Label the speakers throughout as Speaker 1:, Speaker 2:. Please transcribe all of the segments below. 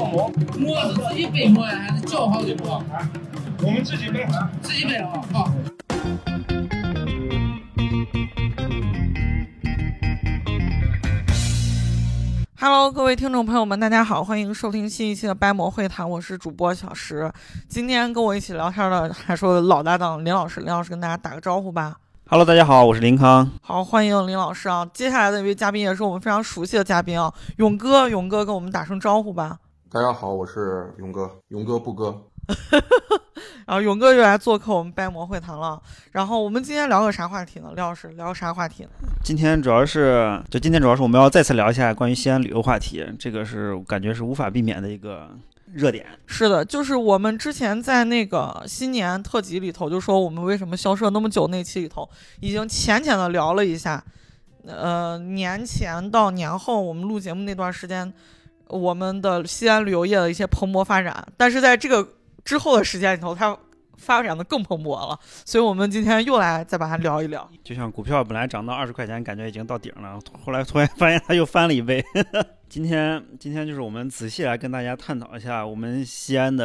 Speaker 1: 馍，
Speaker 2: 馍是自己背馍呀，还是叫好的馍？
Speaker 1: 我们自己背，
Speaker 2: 自己背啊，好。
Speaker 3: Hello， 各位听众朋友们，大家好，欢迎收听新一期的掰馍会谈，我是主播小石。今天跟我一起聊天的还是我的老搭档林老师，林老师跟大家打个招呼吧。
Speaker 4: Hello， 大家好，我是林康。
Speaker 3: 好，欢迎林老师啊！接下来的一位嘉宾也是我们非常熟悉的嘉宾啊，勇哥，勇哥跟我们打声招呼吧。
Speaker 5: 大家好，我是勇哥，勇哥不哥。
Speaker 3: 然后勇哥又来做客我们掰馍会谈了。然后我们今天聊个啥话题呢？林老师聊啥话题呢？
Speaker 4: 今天主要是我们要再次聊一下关于西安旅游话题，这个是我感觉是无法避免的一个热点。
Speaker 3: 是的，就是我们之前在那个新年特辑里头就说我们为什么消失了那么久那期里头已经浅浅的聊了一下，年前到年后我们录节目那段时间我们的西安旅游业的一些蓬勃发展，但是在这个之后的时间里头它发展的更蓬勃了，所以我们今天又来再把它聊一聊。
Speaker 4: 就像股票本来涨到20块钱感觉已经到顶了，后来突然发现它又翻了一倍。今天就是我们仔细来跟大家探讨一下我们西安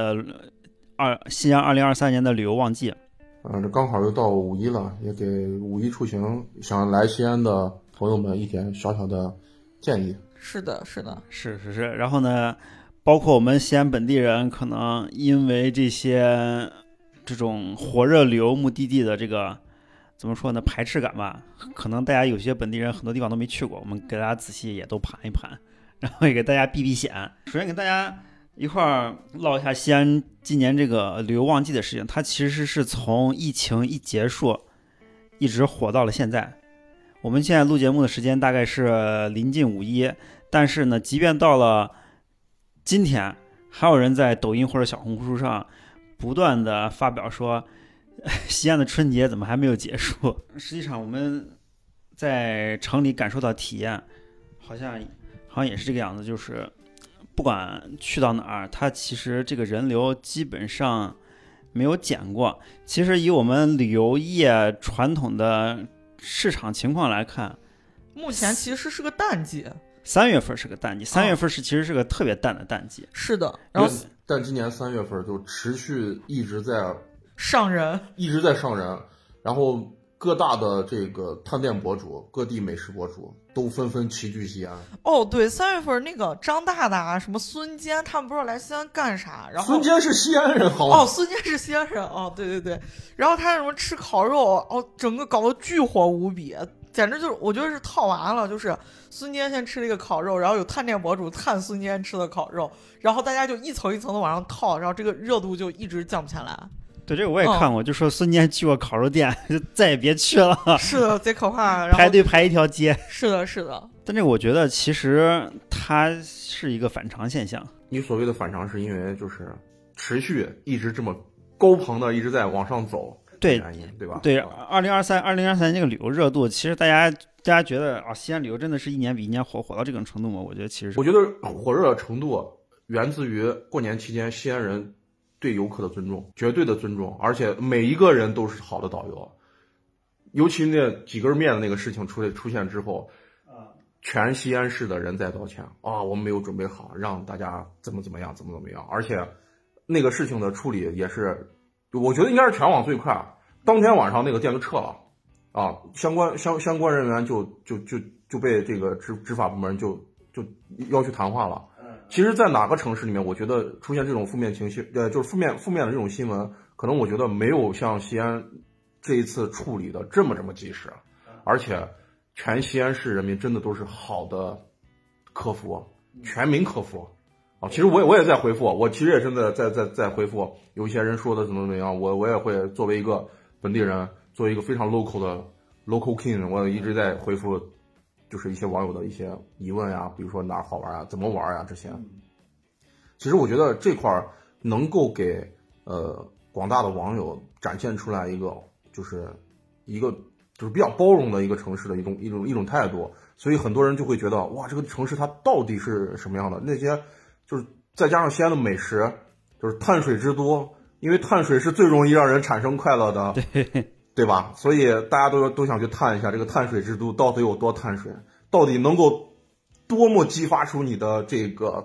Speaker 4: 2023年的旅游旺季。
Speaker 5: 这刚好又到五一了，也给五一出行想来西安的朋友们一点小小的建议。
Speaker 3: 是的，是。
Speaker 4: 然后呢，包括我们西安本地人，可能因为这种火热旅游目的地的这个怎么说呢，排斥感吧，可能大家有些本地人很多地方都没去过，我们给大家仔细也都盘一盘，然后也给大家避避险。首先给大家一块儿唠一下西安今年这个旅游旺季的事情，它其实是从疫情一结束一直火到了现在。我们现在录节目的时间大概是临近五一，但是呢，即便到了今天，还有人在抖音或者小红书上不断的发表说西安的春节怎么还没有结束。实际上我们在城里感受到体验好像也是这个样子，就是不管去到哪儿，它其实这个人流基本上没有减过。其实以我们旅游业传统的市场情况来看，
Speaker 3: 目前其实是个淡季。
Speaker 4: 3月份是个淡季，3月份其实是个特别淡的淡季。
Speaker 3: 是的，然后
Speaker 5: 但今年3月份就持续一直在
Speaker 3: 上人，
Speaker 5: 然后各大的这个探店博主、各地美食博主都纷纷齐聚西安。
Speaker 3: 哦，对，3月份那个张大大、什么孙坚，他们不知道来西安干啥。然后
Speaker 5: 孙坚是西安人，好吗？
Speaker 3: 哦，孙坚是西安人，哦，对。然后他什么吃烤肉，哦，整个搞得巨火无比，简直就是我觉得是套完了。就是孙坚先吃了一个烤肉，然后有探店博主探孙坚吃的烤肉，然后大家就一层一层的往上套，然后这个热度就一直降不下来。
Speaker 4: 对，这个我也看过，就说孙坚去过烤肉店，就再也别去了。
Speaker 3: 是的，贼可怕，
Speaker 4: 排队排一条街。
Speaker 3: 是的。
Speaker 4: 但这个我觉得其实它是一个反常现象。
Speaker 5: 你所谓的反常是因为就是持续一直这么高朋的一直在往上走，
Speaker 4: 对
Speaker 5: 吧？
Speaker 4: 对，2023年这个旅游热度，其实大家觉得啊，西安旅游真的是一年比一年火到这种程度吗？我觉得
Speaker 5: 火热的程度源自于过年期间西安人对游客的尊重，绝对的尊重，而且每一个人都是好的导游。尤其那几根面的那个事情出现之后，全西安市的人在道歉啊，我们没有准备好，让大家怎么样，而且那个事情的处理也是，我觉得应该是全网最快。当天晚上那个店就撤了，啊，相关人员就被这个执法部门就要去谈话了。其实，在哪个城市里面，我觉得出现这种负面情绪，就是负面的这种新闻，可能我觉得没有像西安这一次处理的这么及时，而且全西安市人民真的都是好的客服，全民客服啊。其实我也在回复，我其实也真的在回复，有一些人说的怎么样，我也会作为一个本地人，作为一个非常 local 的 local king， 我一直在回复。就是一些网友的一些疑问呀，比如说哪儿好玩啊，怎么玩啊，这些。其实我觉得这块能够给广大的网友展现出来一个就是比较包容的一个城市的一种态度，所以很多人就会觉得哇，这个城市它到底是什么样的？那些就是再加上西安的美食，就是碳水之都，因为碳水是最容易让人产生快乐的。对吧？所以大家都想去探一下这个碳水之都到底有多碳水，到底能够多么激发出你的这个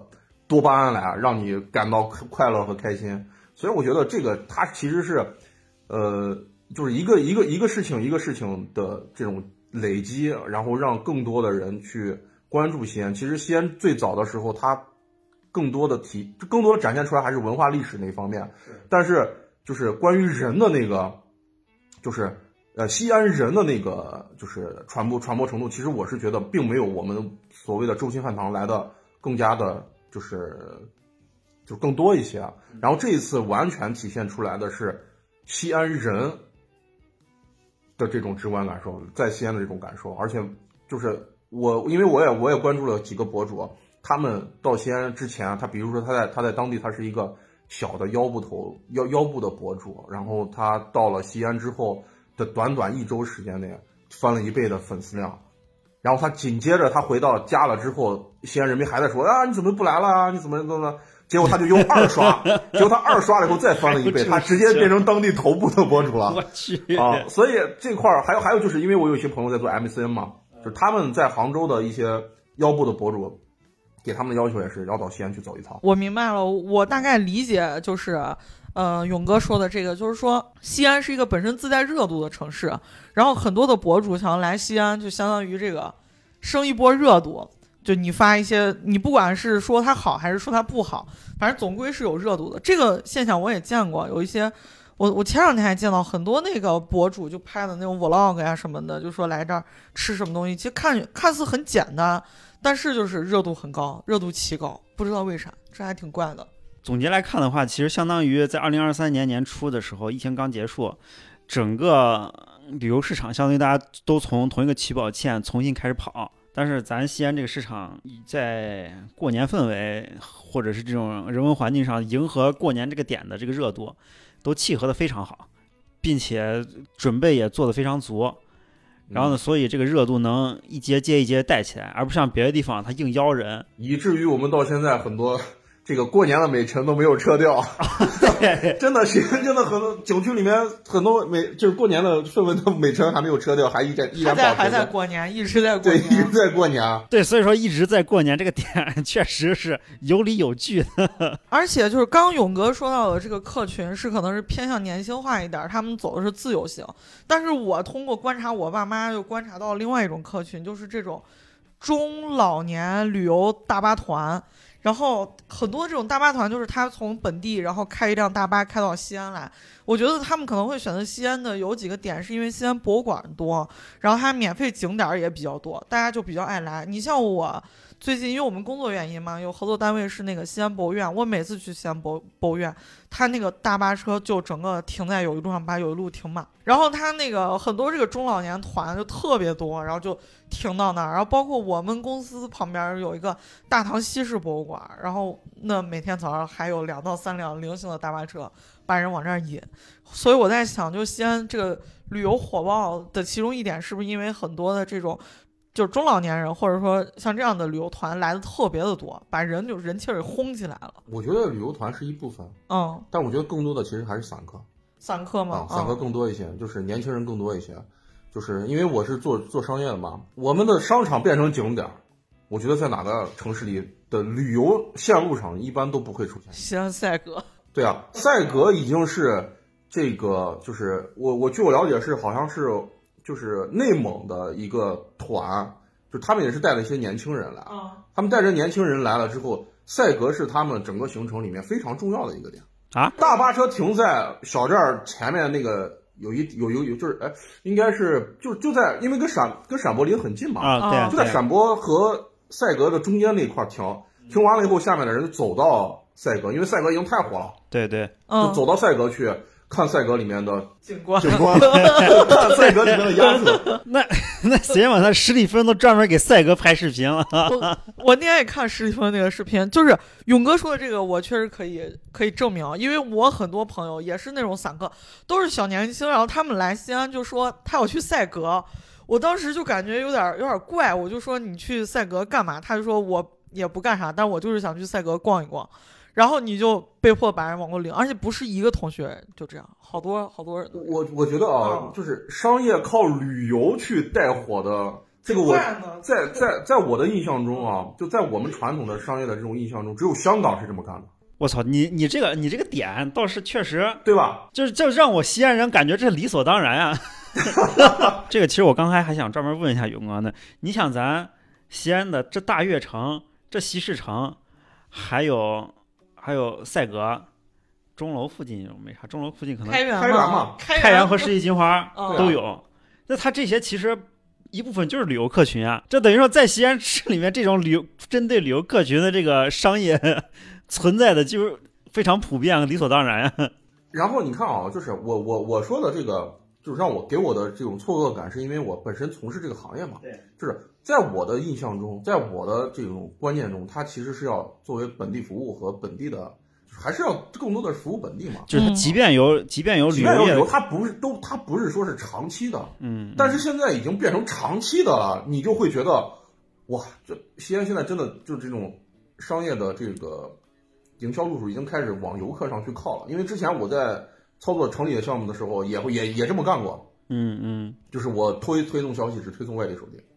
Speaker 5: 多巴胺来，让你感到快乐和开心。所以我觉得这个它其实是，就是一个事情的这种累积，然后让更多的人去关注西安。其实西安最早的时候，它更多的展现出来还是文化历史那一方面，但是就是关于人的那个，就是西安人的那个就是传播程度，其实我是觉得并没有我们所谓的周秦汉唐来的更加的，就是更多一些。然后这一次完全体现出来的是西安人的这种直观感受，在西安的这种感受。而且就是因为我也关注了几个博主，他们到西安之前，他比如说他在当地他是一个小的腰部的博主，然后他到了西安之后的短1周时间内翻了1倍的粉丝量，然后他紧接着他回到家了之后，西安人民还在说啊你怎么不来了啊，你怎么，结果他就又2刷，结果他2刷了以后再翻了1倍，他直接变成当地头部的博主了。
Speaker 4: 我去
Speaker 5: 啊！所以这块还有就是因为我有一些朋友在做 MCN 嘛，就是他们在杭州的一些腰部的博主，给他们的要求也是要到西安去走一趟。
Speaker 3: 我明白了，我大概理解就是，勇哥说的这个，就是说西安是一个本身自带热度的城市，然后很多的博主想要来西安，就相当于这个升一波热度。就你发一些，你不管是说它好还是说它不好，反正总归是有热度的。这个现象我也见过，有一些我前两天还见到很多那个博主就拍的那种 vlog 呀什么的，就说来这儿吃什么东西，其实看似很简单，但是就是热度很高，热度奇高，不知道为啥，这还挺怪的。
Speaker 4: 总结来看的话，其实相当于在2023年年初的时候，疫情刚结束，整个旅游市场相当于大家都从同一个起跑线重新开始跑。但是咱西安这个市场在过年氛围或者是这种人文环境上迎合过年这个点的这个热度都契合的非常好，并且准备也做得非常足。然后呢，所以这个热度能一节接一节带起来，而不像别的地方它硬邀人，
Speaker 5: 以至于我们到现在很多这个过年的美陈都没有撤掉。真的是真的很多景区里面很多就是过年的氛围的美陈还没有撤掉，依然保持
Speaker 3: 还在过年，一直在过年，
Speaker 5: 对，一直在过年。
Speaker 4: 对，所以说一直在过年这个点确实是有理有据的。
Speaker 3: 而且就是刚勇哥说到的这个客群是可能是偏向年轻化一点，他们走的是自由行。但是我通过观察我爸妈又观察到另外一种客群，就是这种中老年旅游大巴团。然后很多这种大巴团就是他从本地然后开一辆大巴开到西安来，我觉得他们可能会选择西安的有几个点，是因为西安博物馆多，然后它免费景点也比较多，大家就比较爱来。你像我最近因为我们工作原因嘛，有合作单位是那个西安博物院，我每次去西安博物院，他那个大巴车就整个停在有一路上把有一路停满，然后他那个很多这个中老年团就特别多，然后就停到那儿。然后包括我们公司旁边有一个大唐西市博物馆，然后那每天早上还有2到3辆零星的大巴车把人往这儿引。所以我在想，就西安这个旅游火爆的其中一点，是不是因为很多的这种就是中老年人或者说像这样的旅游团来的特别的多，把人气儿给轰起来了。
Speaker 5: 我觉得旅游团是一部分，但我觉得更多的其实还是散客。
Speaker 3: 散客嘛，
Speaker 5: 散客更多一些，就是年轻人更多一些。就是因为我是做商业的嘛，我们的商场变成景点，我觉得在哪个城市里的旅游线路上一般都不会出现。
Speaker 3: 西安赛格，
Speaker 5: 对啊，赛格已经是这个，就是我据我了解是好像是就是内蒙的一个团，就他们也是带了一些年轻人来，他们带着年轻人来了之后，赛格是他们整个行程里面非常重要的一个点
Speaker 4: 啊。
Speaker 5: 大巴车停在小寨前面那个有就是应该是就在，因为跟陕博离得很近嘛，
Speaker 4: 对，
Speaker 5: 就在陕博和赛格的中间那块停完了以后，下面的人就走到赛格，因为赛格已经太火了，
Speaker 4: 对，
Speaker 5: 就走到赛格去看赛格里面的
Speaker 3: 景观，
Speaker 5: 看赛格里面的鸭子。
Speaker 4: 那谁嘛？他史蒂芬都专门给赛格拍视频了。
Speaker 3: 我那天也看史蒂芬那个视频，就是勇哥说的这个，我确实可以证明，因为我很多朋友也是那种散客，都是小年轻，然后他们来西安就说他要去赛格，我当时就感觉有点怪，我就说你去赛格干嘛？他就说我也不干啥，但我就是想去赛格逛一逛。然后你就被迫把人往过领，而且不是一个同学，就这样，好多人。
Speaker 5: 我觉得就是商业靠旅游去带火的这个我
Speaker 3: 怪呢
Speaker 5: 在我的印象中啊，就在我们传统的商业的这种印象中，只有香港是这么干的。
Speaker 4: 我操，你这个点倒是确实，
Speaker 5: 对吧？
Speaker 4: 就是这让我西安人感觉这理所当然啊。这个其实我刚才还想专门问一下勇哥呢，你想咱西安的这大悦城、这西市城，还有赛格、钟楼附近有没啥？钟楼附近可能
Speaker 3: 开元
Speaker 5: 嘛，
Speaker 3: 开
Speaker 4: 元和世纪金花都有。
Speaker 5: 啊、
Speaker 4: 那它这些其实一部分就是旅游客群啊，这等于说在西安市里面这种针对旅游客群的这个商业存在的就是非常普遍，理所当然啊。
Speaker 5: 然后你看啊，就是我说的这个，就是让我给我的这种错愕感，是因为我本身从事这个行业嘛。
Speaker 4: 对，
Speaker 5: 就是在我的印象中，在我的这种观念中，它其实是要作为本地服务和本地的，还是要更多的服务本地嘛。
Speaker 4: 就是它即便有旅游业，
Speaker 5: 它不是说是长期的，但是现在已经变成长期的了，你就会觉得，哇，这西安现在真的就这种商业的这个营销路数已经开始往游客上去靠了。因为之前我在操作城里的项目的时候，也这么干过。就是我推动消息只推送外地手机，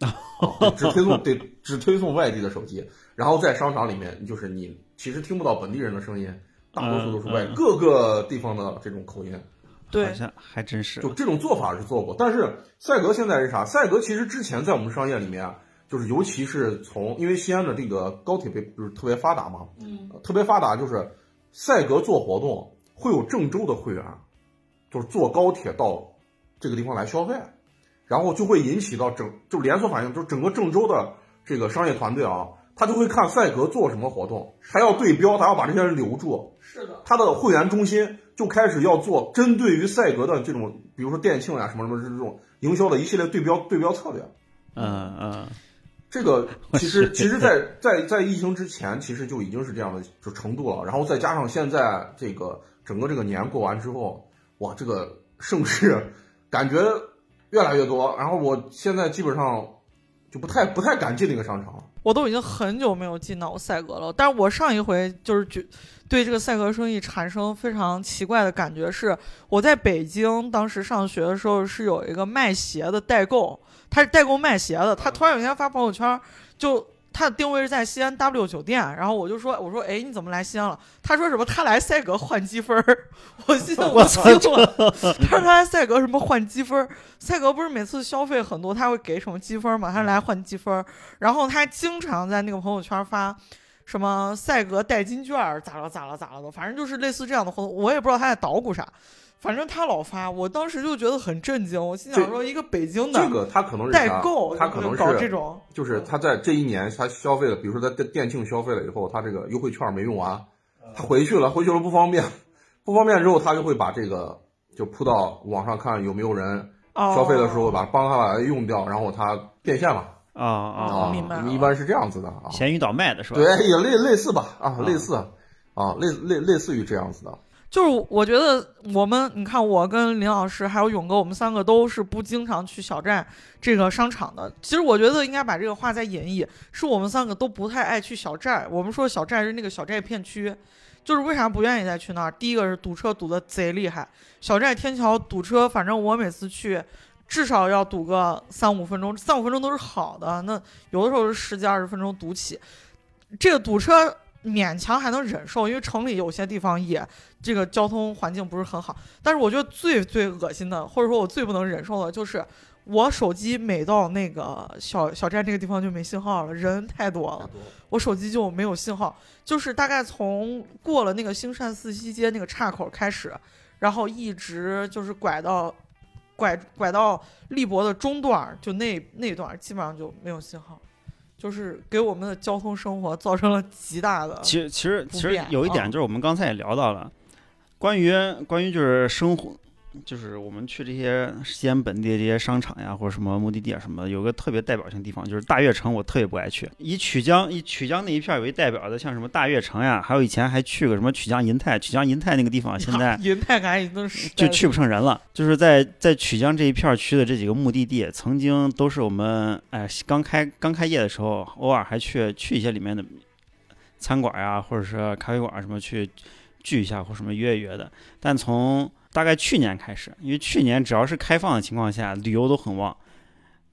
Speaker 5: 只推送外地的手机，然后在商场里面，就是你其实听不到本地人的声音，大多数都是各个地方的这种口音。
Speaker 3: 对，
Speaker 4: 好像还真是。
Speaker 5: 就这种做法是做过，但是赛格现在是啥？赛格其实之前在我们商业里面，就是尤其是因为西安的这个高铁就是特别发达嘛，特别发达，就是赛格做活动会有郑州的会员，就是坐高铁到这个地方来消费，然后就会引起到就连锁反应，就是整个郑州的这个商业团队啊，他就会看赛格做什么活动，他要对标，他要把这些人留住。
Speaker 3: 是的，他
Speaker 5: 的会员中心就开始要做针对于赛格的这种，比如说店庆呀什么这种营销的一系列对标策略。这个其实在疫情之前，其实就已经是这样的就程度了。然后再加上现在这个整个这个年过完之后，哇，这个盛世感觉越来越多。然后我现在基本上就不太敢进那个商场了。
Speaker 3: 我都已经很久没有进到赛格了，但是我上一回就是对这个赛格生意产生非常奇怪的感觉是，我在北京当时上学的时候是有一个卖鞋的代购，他是代购卖鞋的，他突然有一天发朋友圈，就他的定位是在西安 W 酒店，然后我说哎你怎么来西安了？他说什么他来赛格换积分，我心想我惊了，他说他来赛格什么换积分？赛格不是每次消费很多他会给什么积分吗？他来换积分，然后他经常在那个朋友圈发什么赛格代金券咋了的，反正就是类似这样的活动，我也不知道他在捣鼓啥。反正他老发，我当时就觉得很震惊。我心想说，一个北京的
Speaker 5: 这个他可能是
Speaker 3: 代购，
Speaker 5: 他可能是
Speaker 3: 搞这种，
Speaker 5: 就是他在这一年他消费了，比如说在店庆消费了以后，他这个优惠券没用完，他回去了不方便之后，他就会把这个就铺到网上看有没有人消费的时候帮他把它用掉，然后他变现了。
Speaker 3: 明白了，
Speaker 5: 一般是这样子的啊，
Speaker 4: 闲鱼倒卖的是吧？
Speaker 5: 对，也类似吧，类似于这样子的。
Speaker 3: 就是我觉得你看我跟林老师还有勇哥，我们三个都是不经常去小寨这个商场的。其实我觉得应该把这个话再引一，是我们三个都不太爱去小寨。我们说小寨是那个小寨片区，就是为啥不愿意再去那儿？第一个是堵车堵得贼厉害，小寨天桥堵车，反正我每次去至少要堵个3-5分钟，3-5分钟都是好的，那有的时候是10几20分钟堵起。这个堵车勉强还能忍受，因为城里有些地方也这个交通环境不是很好。但是我觉得最恶心的，或者说我最不能忍受的，就是我手机每到那个小寨这个地方就没信号了，人太多了，我手机就没有信号。就是大概从过了那个兴善寺西街那个岔口开始，然后一直就是拐到立博的中段，就那段基本上就没有信号。就是给我们的交通生活造成了极大的。
Speaker 4: 其实有一点就是我们刚才也聊到了，关于就是生活，就是我们去这些西安本地的这些商场呀，或者什么目的地啊什么的，有个特别代表性地方就是大悦城，我特别不爱去。以曲江那一片为代表的，像什么大悦城呀，还有以前还去过什么曲江银泰那个地方，现在
Speaker 3: 银泰感已经是
Speaker 4: 就去不成人了。就是在曲江这一片区的这几个目的地，曾经都是我们刚开业的时候，偶尔还去一些里面的餐馆呀，或者是咖啡馆什么去聚一下或什么约的。但从大概去年开始，因为去年只要是开放的情况下，旅游都很旺，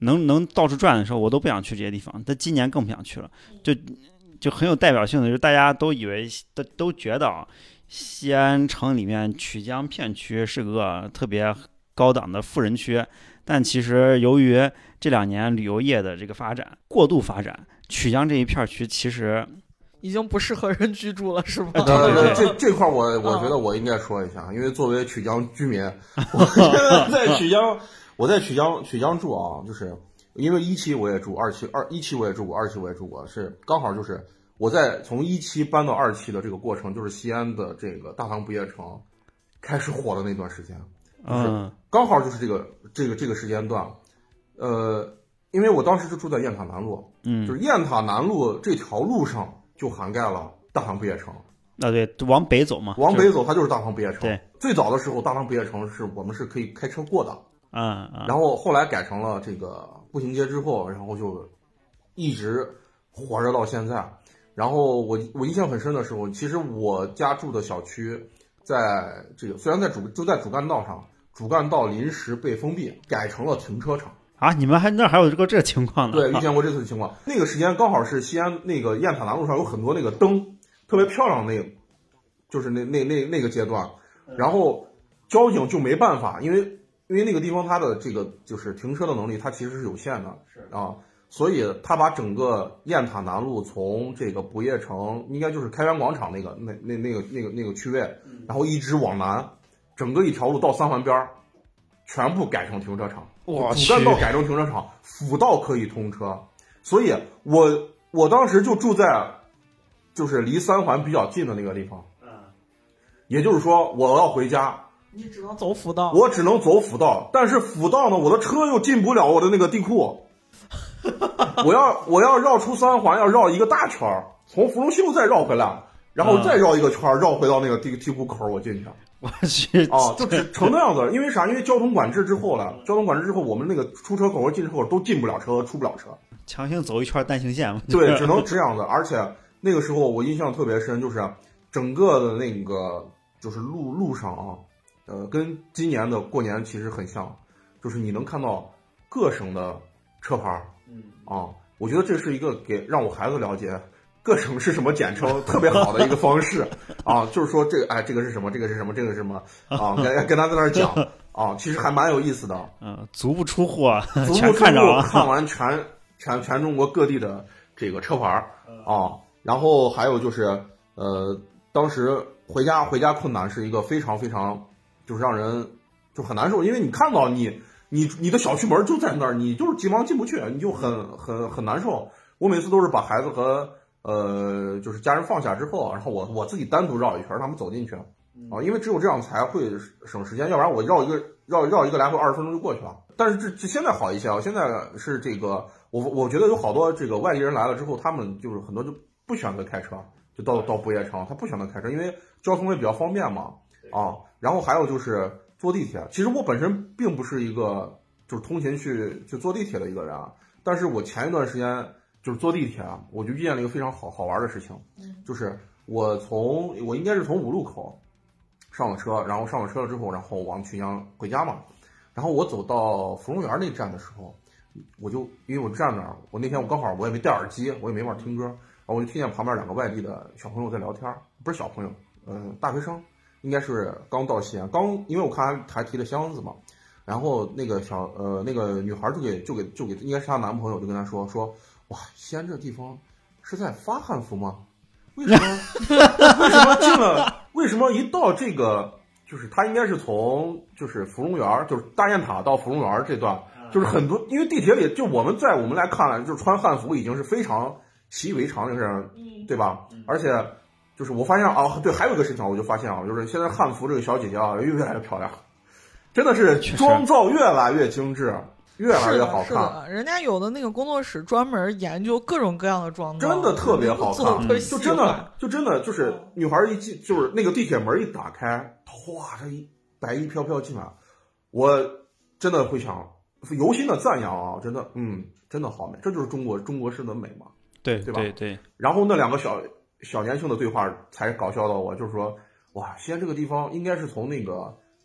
Speaker 4: 能到处转的时候，我都不想去这些地方。但今年更不想去了，就很有代表性的，就是大家都以为都觉得啊，西安城里面曲江片区是个特别高档的富人区，但其实由于这2年旅游业的这个过度发展，曲江这一片区其实
Speaker 3: 已经不适合人居住了，是吗？
Speaker 5: 这块我觉得我应该说一下，因为作为曲江居民，我现在在曲江住啊，就是因为1期我也住，1期我也住过，2期我也住过，是刚好就是我在从1期搬到2期的这个过程，就是西安的这个大唐不夜城开始火的那段时间，就是刚好就是这个时间段，因为我当时就住在雁塔南路，就是雁塔南路这条路上就涵盖了大唐不夜城。
Speaker 4: 对，往北走嘛，
Speaker 5: 往北走它就是大唐不夜城。
Speaker 4: 对，
Speaker 5: 最早的时候大唐不夜城我们是可以开车过的，然后后来改成了这个步行街之后，然后就一直火热到现在。然后我印象很深的时候，其实我家住的小区在这个虽然就在主干道上，主干道临时被封闭，改成了停车场。
Speaker 4: 啊，你们还有这个情况呢？
Speaker 5: 对，遇见过这次的情况。那个时间刚好是西安那个雁塔南路上有很多那个灯，特别漂亮，就是那个阶段。然后交警就没办法，因为那个地方它的这个就是停车的能力，它其实是有限的，所以他把整个雁塔南路从这个不夜城，应该就是开元广场那个区位，然后一直往南，整个一条路到3环边全部改成停车场。主干道改成停车场，辅道可以通车，所以我当时就住在就是离3环比较近的那个地方，也就是说我要回家，
Speaker 3: 你只能走辅道，
Speaker 5: 我只能走辅道，但是辅道呢，我的车又进不了我的那个地库，我要绕出3环，要绕一个大圈，从芙蓉西路再绕回来，然后再绕一个圈，绕回到那个地库口，我进去。
Speaker 4: 我去
Speaker 5: 就成那样子，因为啥？因为交通管制之后，我们那个出车口和进车口都进不了车，出不了车，
Speaker 4: 强行走一圈单行线嘛。
Speaker 5: 对，只能这样子。而且那个时候我印象特别深，就是整个的那个就是路上啊，跟今年的过年其实很像，就是你能看到各省的车牌，我觉得这是一个让我孩子了解各省是什么简称特别好的一个方式就是说这个是什么，这个是什么，这个是什么跟他在那儿讲其实还蛮有意思的。
Speaker 4: 足不出户，
Speaker 5: 全
Speaker 4: 看着
Speaker 5: 看完全中国各地的这个车牌然后还有就是当时回家困难是一个非常非常就是让人就很难受，因为你看到你的小区门就在那儿，你就是急忙进不去，你就很难受。我每次都是把孩子和就是家人放下之后，然后我自己单独绕一圈，让他们走进去因为只有这样才会省时间，要不然我绕一个来回20分钟就过去了。但是这现在好一些现在是这个我觉得有好多这个外地人来了之后，他们就是很多就不选择开车，就到不夜城，他不选择开车，因为交通也比较方便嘛然后还有就是坐地铁。其实我本身并不是一个就是通勤去坐地铁的一个人但是我前一段时间就是坐地铁我就遇见了一个非常好玩的事情，就是我应该是从5路口上了车，然后上了车了之后，然后往曲江回家嘛。然后我走到芙蓉园那站的时候，我就因为我站那儿，我那天我刚好我也没戴耳机，我也没法听歌，然后我就听见旁边2个外地的小朋友在聊天，不是小朋友，大学生，应该是刚到西安，因为我看还提了箱子嘛。然后那个那个女孩就给应该是她男朋友，就跟她说哇，西安这地方是在发汉服吗？为什么进了？为什么一到这个，就是他应该是从就是芙蓉园，就是大雁塔到芙蓉园这段，就是很多，因为地铁里就我们来看，就是穿汉服已经是非常习以为常的事儿，对吧？而且就是我发现对，还有一个事情我就发现就是现在汉服这个小姐姐越来越漂亮，真的是妆造越来越精致。越来越好看，
Speaker 3: 是的，人家有的那个工作室专门研究各种各样的妆造，
Speaker 5: 真的特别好看，就真的就是女孩一进，就是那个地铁门一打开，哇，这一白衣飘飘进来，我真的会想由心的赞扬真的，真的好美，这就是中国式的美嘛，
Speaker 4: 对
Speaker 5: 吧？
Speaker 4: 对。
Speaker 5: 然后那2个小年轻的对话才搞笑到我，就是说，哇，西安这个地方应该是从那个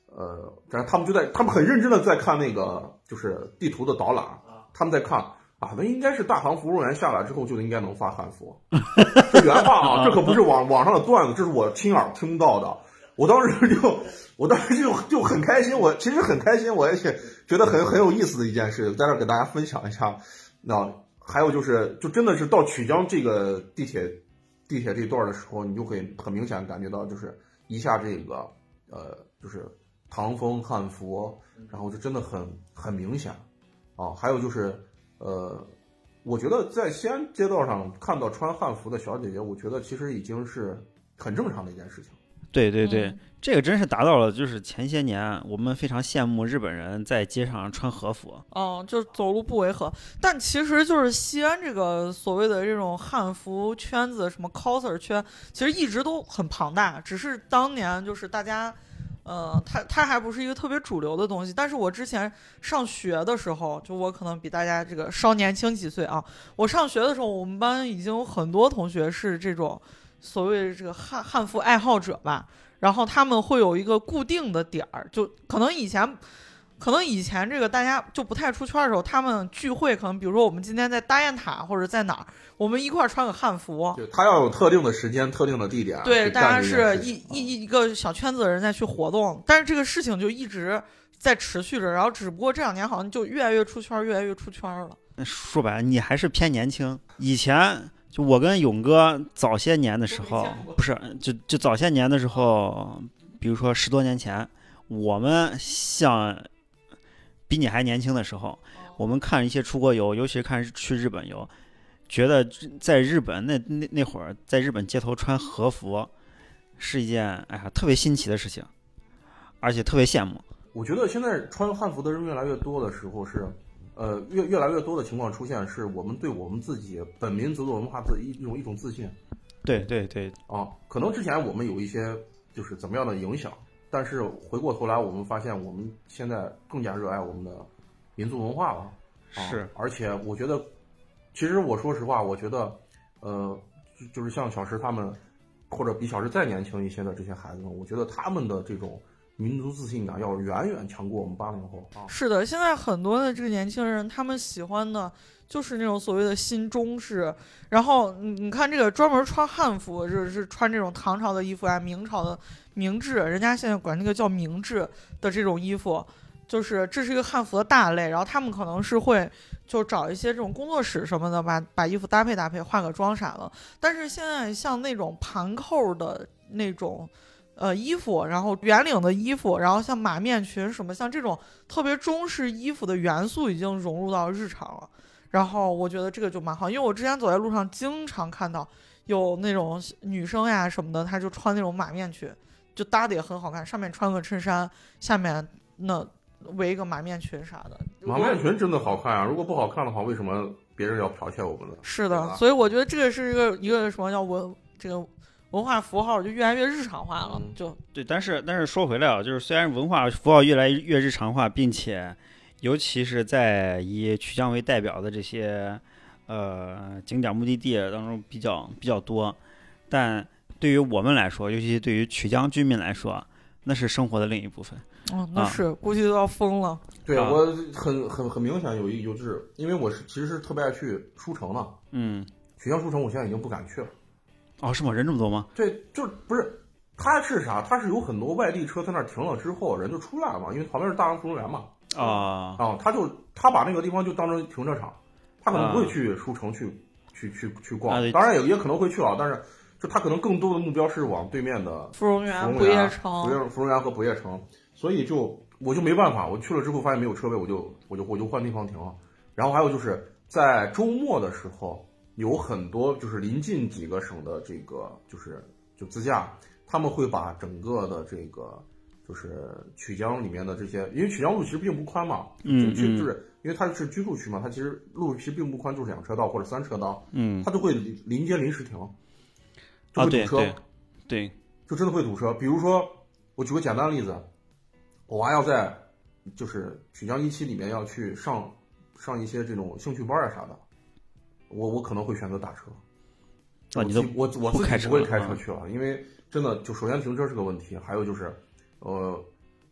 Speaker 5: 然后他们很认真的在看那个就是地图的导览，他们在看啊，那应该是大唐芙蓉园下来之后就应该能发汉服，这原话啊，这可不是网上的段子，这是我亲耳听到的。我当时就很开心，我其实很开心，我也觉得很有意思的一件事，在这给大家分享一下。那还有就是，就真的是到曲江这个地铁这一段的时候，你就会很明显感觉到，就是一下这个就是唐风汉服，然后就真的很明显啊。还有就是我觉得在西安街道上看到穿汉服的小姐姐，我觉得其实已经是很正常的一件事情。
Speaker 4: 对对对，这个真是达到了，就是前些年我们非常羡慕日本人在街上穿和服，
Speaker 3: 就是走路不违和。但其实就是西安这个所谓的这种汉服圈子，什么 coser 圈，其实一直都很庞大，只是当年就是大家它还不是一个特别主流的东西。但是我之前上学的时候，就我可能比大家这个稍年轻几岁啊，我上学的时候，我们班已经有很多同学是这种所谓这个汉服爱好者吧，然后他们会有一个固定的点儿，就可能以前这个大家就不太出圈的时候，他们聚会可能比如说我们今天在大雁塔或者在哪儿，我们一块儿穿个汉服，
Speaker 5: 对，他要有特定的时间、特定的地点，
Speaker 3: 对，大家是一个小圈子的人在去活动，但是这个事情就一直在持续着，然后只不过这2年好像就越来越出圈了。
Speaker 4: 说白了，你还是偏年轻。以前就我跟勇哥早些年的时候，不是就早些年的时候，比如说10多年前，我们像比你还年轻的时候，我们看一些出国游，尤其是看去日本游，觉得在日本那会儿，在日本街头穿和服是一件特别新奇的事情，而且特别羡慕。
Speaker 5: 我觉得现在穿汉服的人越来越多的时候是。越来越多的情况出现，是我们对我们自己本民族的文化的一种自信。
Speaker 4: 对对对
Speaker 5: 啊，可能之前我们有一些就是怎么样的影响，但是回过头来我们发现，我们现在更加热爱我们的民族文化了。
Speaker 4: 是，
Speaker 5: 而且我觉得，其实我说实话，我觉得，就是像小石他们，或者比小石再年轻一些的这些孩子们，我觉得他们的这种民族自信感要远远强过我们80后啊！
Speaker 3: 是的，现在很多的这个年轻人，他们喜欢的就是那种所谓的新中式。然后你看这个专门穿汉服，是穿这种唐朝的衣服啊，明朝的明制，人家现在管那个叫明制的这种衣服，就是这是一个汉服的大类。然后他们可能是会就找一些这种工作室什么的，把衣服搭配，化个妆啥的。但是现在像那种盘扣的那种。衣服，然后圆领的衣服，然后像马面裙什么，像这种特别中式衣服的元素已经融入到日常了。然后我觉得这个就蛮好，因为我之前走在路上经常看到有那种女生呀什么的，她就穿那种马面裙，就搭的也很好看，上面穿个衬衫，下面那围一个马面裙啥的。
Speaker 5: 马面裙真的好看啊！如果不好看的话，为什么别人要剽窃我们呢？
Speaker 3: 是的，所以我觉得这个是一个什么叫这个。文化符号就越来越日常化了，就
Speaker 4: 对。但是说回来啊，就是虽然文化符号越来越日常化，并且尤其是在以曲江为代表的这些景点目的地当中比较多，但对于我们来说，尤其对于曲江居民来说，那是生活的另一部分。
Speaker 3: 那是估计都要疯了。
Speaker 5: 对，我很明显就是因为我其实是特别爱去书城的。曲江书城我现在已经不敢去了。
Speaker 4: 哦，是吗？人这么多吗？
Speaker 5: 对，就是不是，它是啥？它是有很多外地车在那儿停了之后，人就出来了嘛，因为旁边是大唐芙蓉园嘛。他把那个地方就当成停车场，他可能不会去书城去逛，当然也可能会去了，但是就他可能更多的目标是往对面的
Speaker 3: 芙蓉园、不夜城、
Speaker 5: 芙蓉园和不夜城，所以我就没办法，我去了之后发现没有车位，我就换地方停了。然后还有就是在周末的时候。有很多就是临近几个省的这个就自驾，他们会把整个的这个就是曲江里面的这些，因为曲江路其实并不宽嘛，就是因为它是居住区嘛，它其实路其实并不宽，就是2车道或者3车道，它就会临街临时停，就会堵车，
Speaker 4: 对，
Speaker 5: 就真的会堵车。比如说我举个简单的例子，我娃要在就是曲江1期里面要去上一些这种兴趣班啊啥的。我可能会选择打车，我自己不会开车去了，因为真的就首先停车是个问题，还有就是，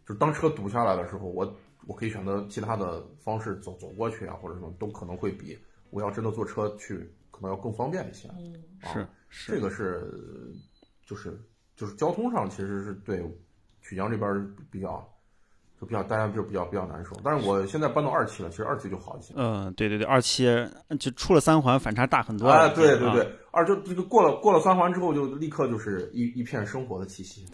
Speaker 5: 就是当车堵下来的时候，我可以选择其他的方式走过去啊，或者什么都可能会比我要真的坐车去可能要更方便一些。
Speaker 4: 是
Speaker 5: 这个是就是交通上其实是对曲江这边比较大家就比较难受。但是我现在搬到2期了，其实2期就好一些。
Speaker 4: 对2期就出了3环，反差大很多。
Speaker 5: 对，就这个过了3环之后，就立刻就是一片生活的气息，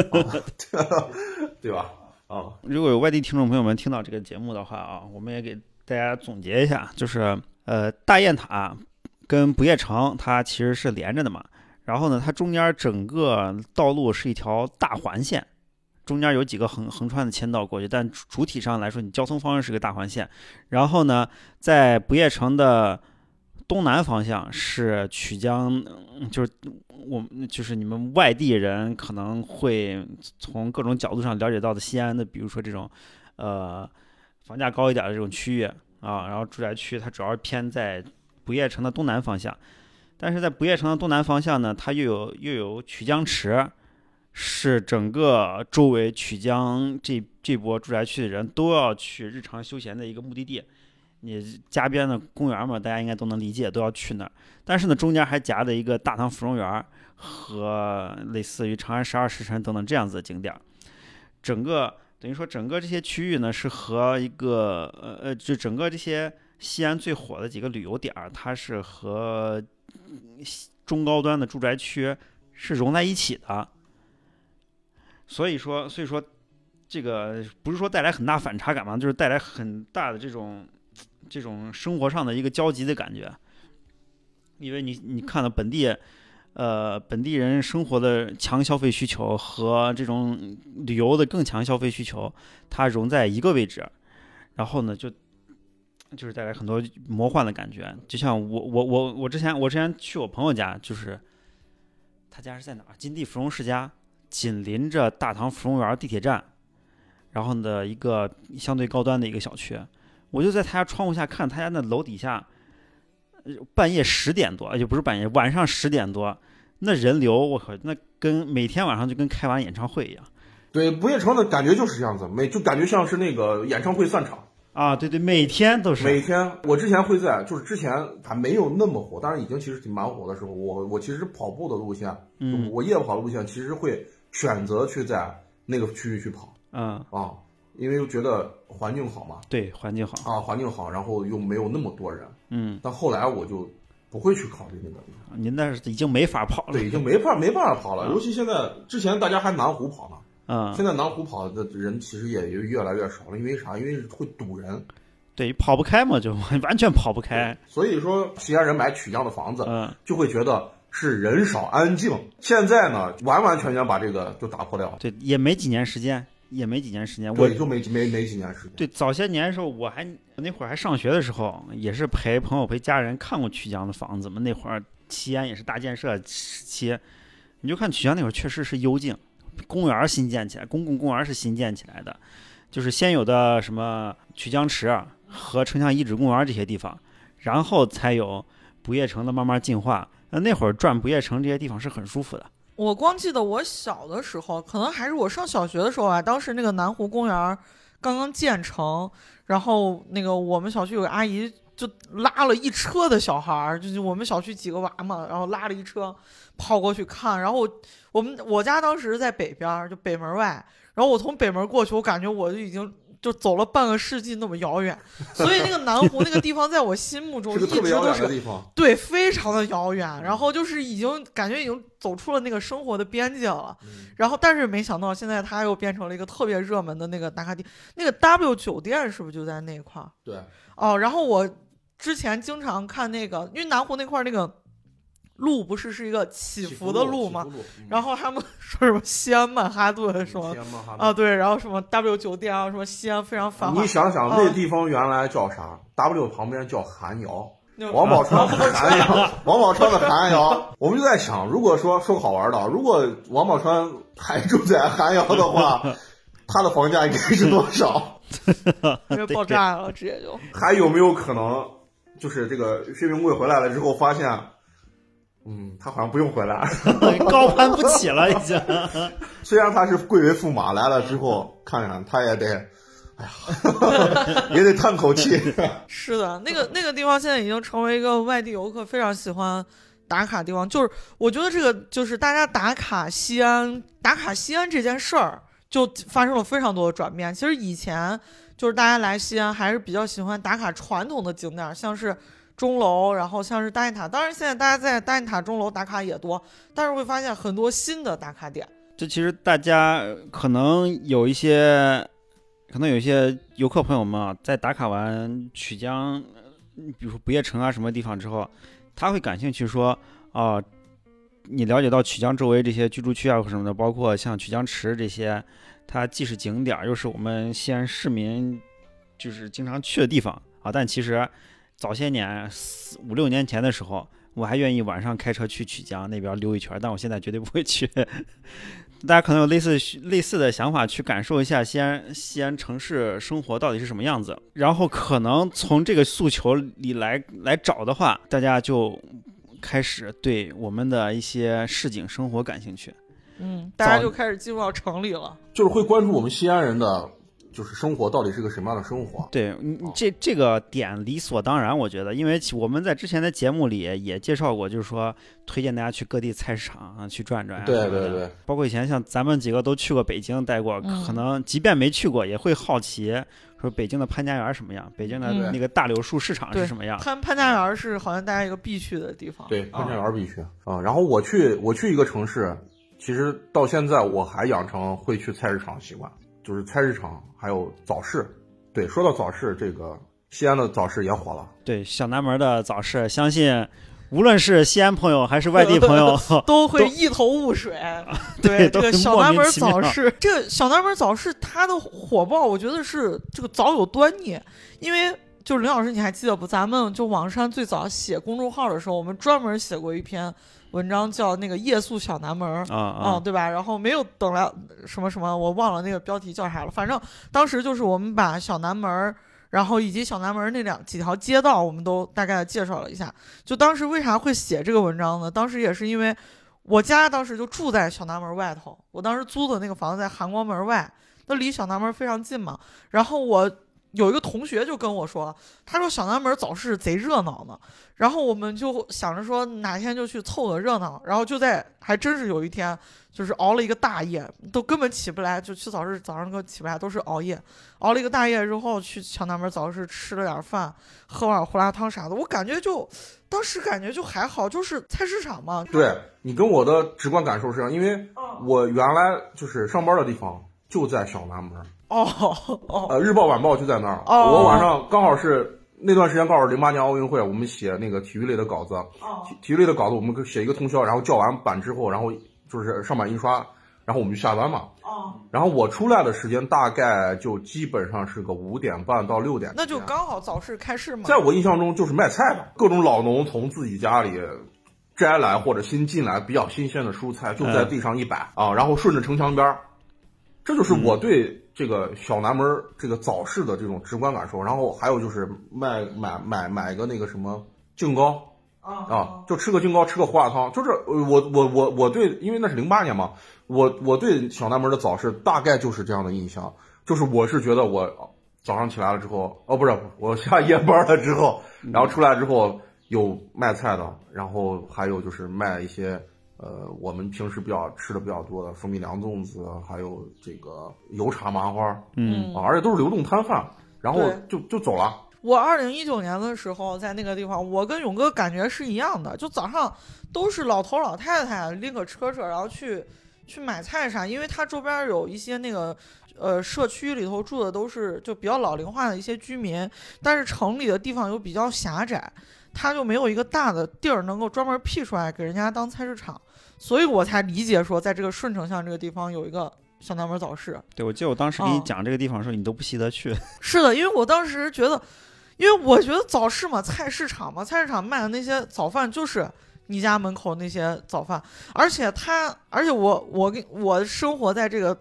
Speaker 5: 对吧？
Speaker 4: 如果有外地听众朋友们听到这个节目的话啊，我们也给大家总结一下，就是大雁塔跟不夜城它其实是连着的嘛，然后呢，它中间整个道路是一条大环线。中间有几个横穿的签道过去，但主体上来说，你交通方式是个大环线。然后呢，在不夜城的东南方向是曲江，就是你们外地人可能会从各种角度上了解到的西安的，比如说这种房价高一点的这种区域啊，然后住宅区它主要是偏在不夜城的东南方向。但是在不夜城的东南方向呢，它又有曲江池。是整个周围曲江这波住宅区的人都要去日常休闲的一个目的地。你家边的公园嘛，大家应该都能理解，都要去那儿。但是呢，中间还夹着一个大唐芙蓉园和类似于长安12时辰等等这样子的景点。整个等于说整个这些区域呢，是和一个就整个这些西安最火的几个旅游点，它是和中高端的住宅区是融在一起的。所以说，这个不是说带来很大反差感嘛，就是带来很大的这种生活上的一个交集的感觉。因为你看到本地人生活的强消费需求和这种旅游的更强消费需求，它融在一个位置，然后呢就是带来很多魔幻的感觉。就像我之前去我朋友家，就是他家是在哪儿？金地芙蓉世家。紧邻着大唐芙蓉园地铁站，然后的一个相对高端的一个小区，我就在他家窗户下看他家那楼底下，半夜10点多，也不是半夜，晚上10点多，那人流，我靠，那跟每天晚上就跟开完演唱会一样。
Speaker 5: 对，不夜城的感觉就是这样子，就感觉像是那个演唱会散场
Speaker 4: 啊，对，每天都是。
Speaker 5: 每天，我之前会在，就是之前还没有那么火，当然已经其实挺蛮火的时候，我其实跑步的路线，我夜跑的路线其实会选择去在那个区域去跑，因为觉得环境好嘛。对，环境好啊，环境好，然后又没有那么多人，但后来我就不会去考虑那个地方。您那是已经没法跑了，对，已经没办法跑了。尤其现在，之前大家还南湖跑呢，现在南湖跑的人其实也越来越少了，因为啥？因为会堵人。对，跑不开嘛，就完全跑不开。所以说，西安人买曲江的房子，就会觉得是人少安静。现在呢，完完全全把这个就打破掉了。对，也没几年时间，对，就没几年时间。对，早些年的时候，我那会儿还上学的时候，也是陪朋友陪家人看过曲江的房子嘛。那会儿西安也是大建设时期，你就看曲江那会儿确实是幽静，公园新建起来，公共公园是新建起来的，就是先有的什么曲江池和城墙遗址公园这些地方，然后才有不夜城的慢慢进化。那会儿转不夜城这些地方是很舒服的。
Speaker 3: 我光记得我小的时候，可能还是我上小学的时候啊，当时那个南湖公园刚刚建成，然后那个我们小区有个阿姨就拉了一车的小孩，就是我们小区几个娃嘛，然后拉了一车跑过去看，然后我家当时在北边，就北门外，然后我从北门过去，我感觉我就已经就走了半个世纪那么遥远，所以那个南湖那个地方在我心目中一直都是特别遥远的地方，对，非常的遥远，然后就是感觉已经走出了那个生活的边界了，然后但是没想到现在它又变成了一个特别热门的那个打卡地，那个 W 酒店是不是就在那块儿？对，然后我之前经常看那个，因为南湖那块那个路不是一个起伏的路吗？然后他们说什么西安曼哈顿什么对，然后什么 W 酒店啊，什么西安非常繁华。你想想，那地方原来叫啥？W 旁边叫寒窑，王宝钏的寒窑，王宝钏的寒窑。我们就在想，如果说个好玩的，如果王宝钏还住在寒窑的话，他的房价应该是多少？因为爆炸了，直接就。还有没有可能，就是这个薛平贵回来了之后发现？他好像不用回来，高攀不起了已经。虽然他是贵为驸马来了之后，
Speaker 5: 看看，他也得，哎呀，也得叹口气。
Speaker 3: 是的，那个地方现在已经成为一个外地游客非常喜欢打卡地方。就是我觉得这个就是大家打卡西安这件事儿，就发生了非常多的转变。其实以前就是大家来西安还是比较喜欢打卡传统的景点，像是钟楼，然后像是大雁塔。当然现在大家在大雁塔、钟楼打卡也多，但是会发现很多新的打卡点。
Speaker 4: 这其实大家可能有一些游客朋友们啊，在打卡完曲江，比如说不夜城啊什么地方之后，他会感兴趣说，你了解到曲江周围这些居住区啊或什么的，包括像曲江池这些，它既是景点，又是我们西安市民就是经常去的地方啊。但其实早些年5、6年前的时候，我还愿意晚上开车去曲江那边溜一圈，但我现在绝对不会去。大家可能有类似的想法，去感受一下西安城市生活到底是什么样子，然后可能从这个诉求里来找的话，大家就开始对我们的一些市井生活感兴趣。
Speaker 3: 大家就开始进入到城里了，
Speaker 5: 就是会关注我们西安人的就是生活到底是个什么样的生活。
Speaker 4: 对，这个点理所当然，我觉得，因为我们在之前的节目里也介绍过，就是说推荐大家去各地菜市场去转转。
Speaker 5: 对对对，
Speaker 4: 包括以前像咱们几个都去过北京待过，可能即便没去过，也会好奇说北京的潘家园什么样，北京的那个大柳树市场是什么样。
Speaker 3: 潘家园是好像大家一个必去的地方。
Speaker 5: 对，潘家园必去啊。然后我去一个城市，其实到现在我还养成会去菜市场习惯。就是菜市场还有早市。对，说到早市，这个西安的早市也火了。
Speaker 4: 对，小南门的早市，相信无论是西安朋友还是外地朋友
Speaker 3: 都会一头雾水。对，这个小南门早市，这个小南门早市它的火爆，我觉得是这个早有端倪。因为就是林老师，你还记得不？咱们就网上最早写公众号的时候，我们专门写过一篇文章叫那个夜宿小南门对吧？然后没有等来什么什么，我忘了那个标题叫啥了。反正当时就是我们把小南门，然后以及小南门那几条街道，我们都大概介绍了一下。就当时为啥会写这个文章呢？当时也是因为我家当时就住在小南门外头，我当时租的那个房子在韩光门外，那离小南门非常近嘛。然后我有一个同学就跟我说，他说小南门早市贼热闹呢。然后我们就想着说哪天就去凑个热闹，然后还真是有一天就是熬了一个大夜，都根本起不来，就去早市早上都起不来，都是熬夜，熬了一个大夜之后去小南门早市吃了点饭，喝碗胡辣汤啥的。我感觉当时感觉就还好，就是菜市场嘛。
Speaker 5: 对，你跟我的直观感受是这样，因为我原来就是上班的地方就在小南门。日报晚报就在那儿。我晚上刚好是那段时间，刚好是08年奥运会，我们写那个体育类的稿子。体育类的稿子我们写一个通宵，然后校完版之后，然后就是上版印刷，然后我们就下班嘛。然后我出来的时间大概就基本上是个5点半到6点。
Speaker 3: 那就刚好早市开市嘛。
Speaker 5: 在我印象中就是卖菜的，各种老农从自己家里摘来或者新进来比较新鲜的蔬菜，就在地上一摆然后顺着城墙边。这就是我对这个小南门这个早市的这种直观感受。然后还有就是买个那个什么净糕就吃个净糕，吃个胡辣汤。就是我对，因为那是08年嘛，我对小南门的早市大概就是这样的印象。就是我是觉得我早上起来了之后，不是我下夜班了之后，然后出来之后有卖菜的，然后还有就是卖一些我们平时吃的比较多的蜂蜜凉粽子，还有这个油茶麻花，而且都是流动摊贩，然后就走了。
Speaker 3: 我2019年的时候在那个地方，我跟勇哥感觉是一样的，就早上都是老头老太太拎个车，然后去买菜啥，因为它周边有一些那个社区里头住的都是就比较老龄化的一些居民，但是城里的地方又比较狭窄，它就没有一个大的地儿能够专门辟出来给人家当菜市场。所以我才理解说在这个顺城巷这个地方有一个小南门早市。
Speaker 4: 对，我记得我当时给你讲这个地方的时候，你都不惜得去。
Speaker 3: 是的，因为我当时觉得，因为我觉得早市嘛，菜市场嘛，菜市场卖的那些早饭就是你家门口那些早饭，而且我生活在这个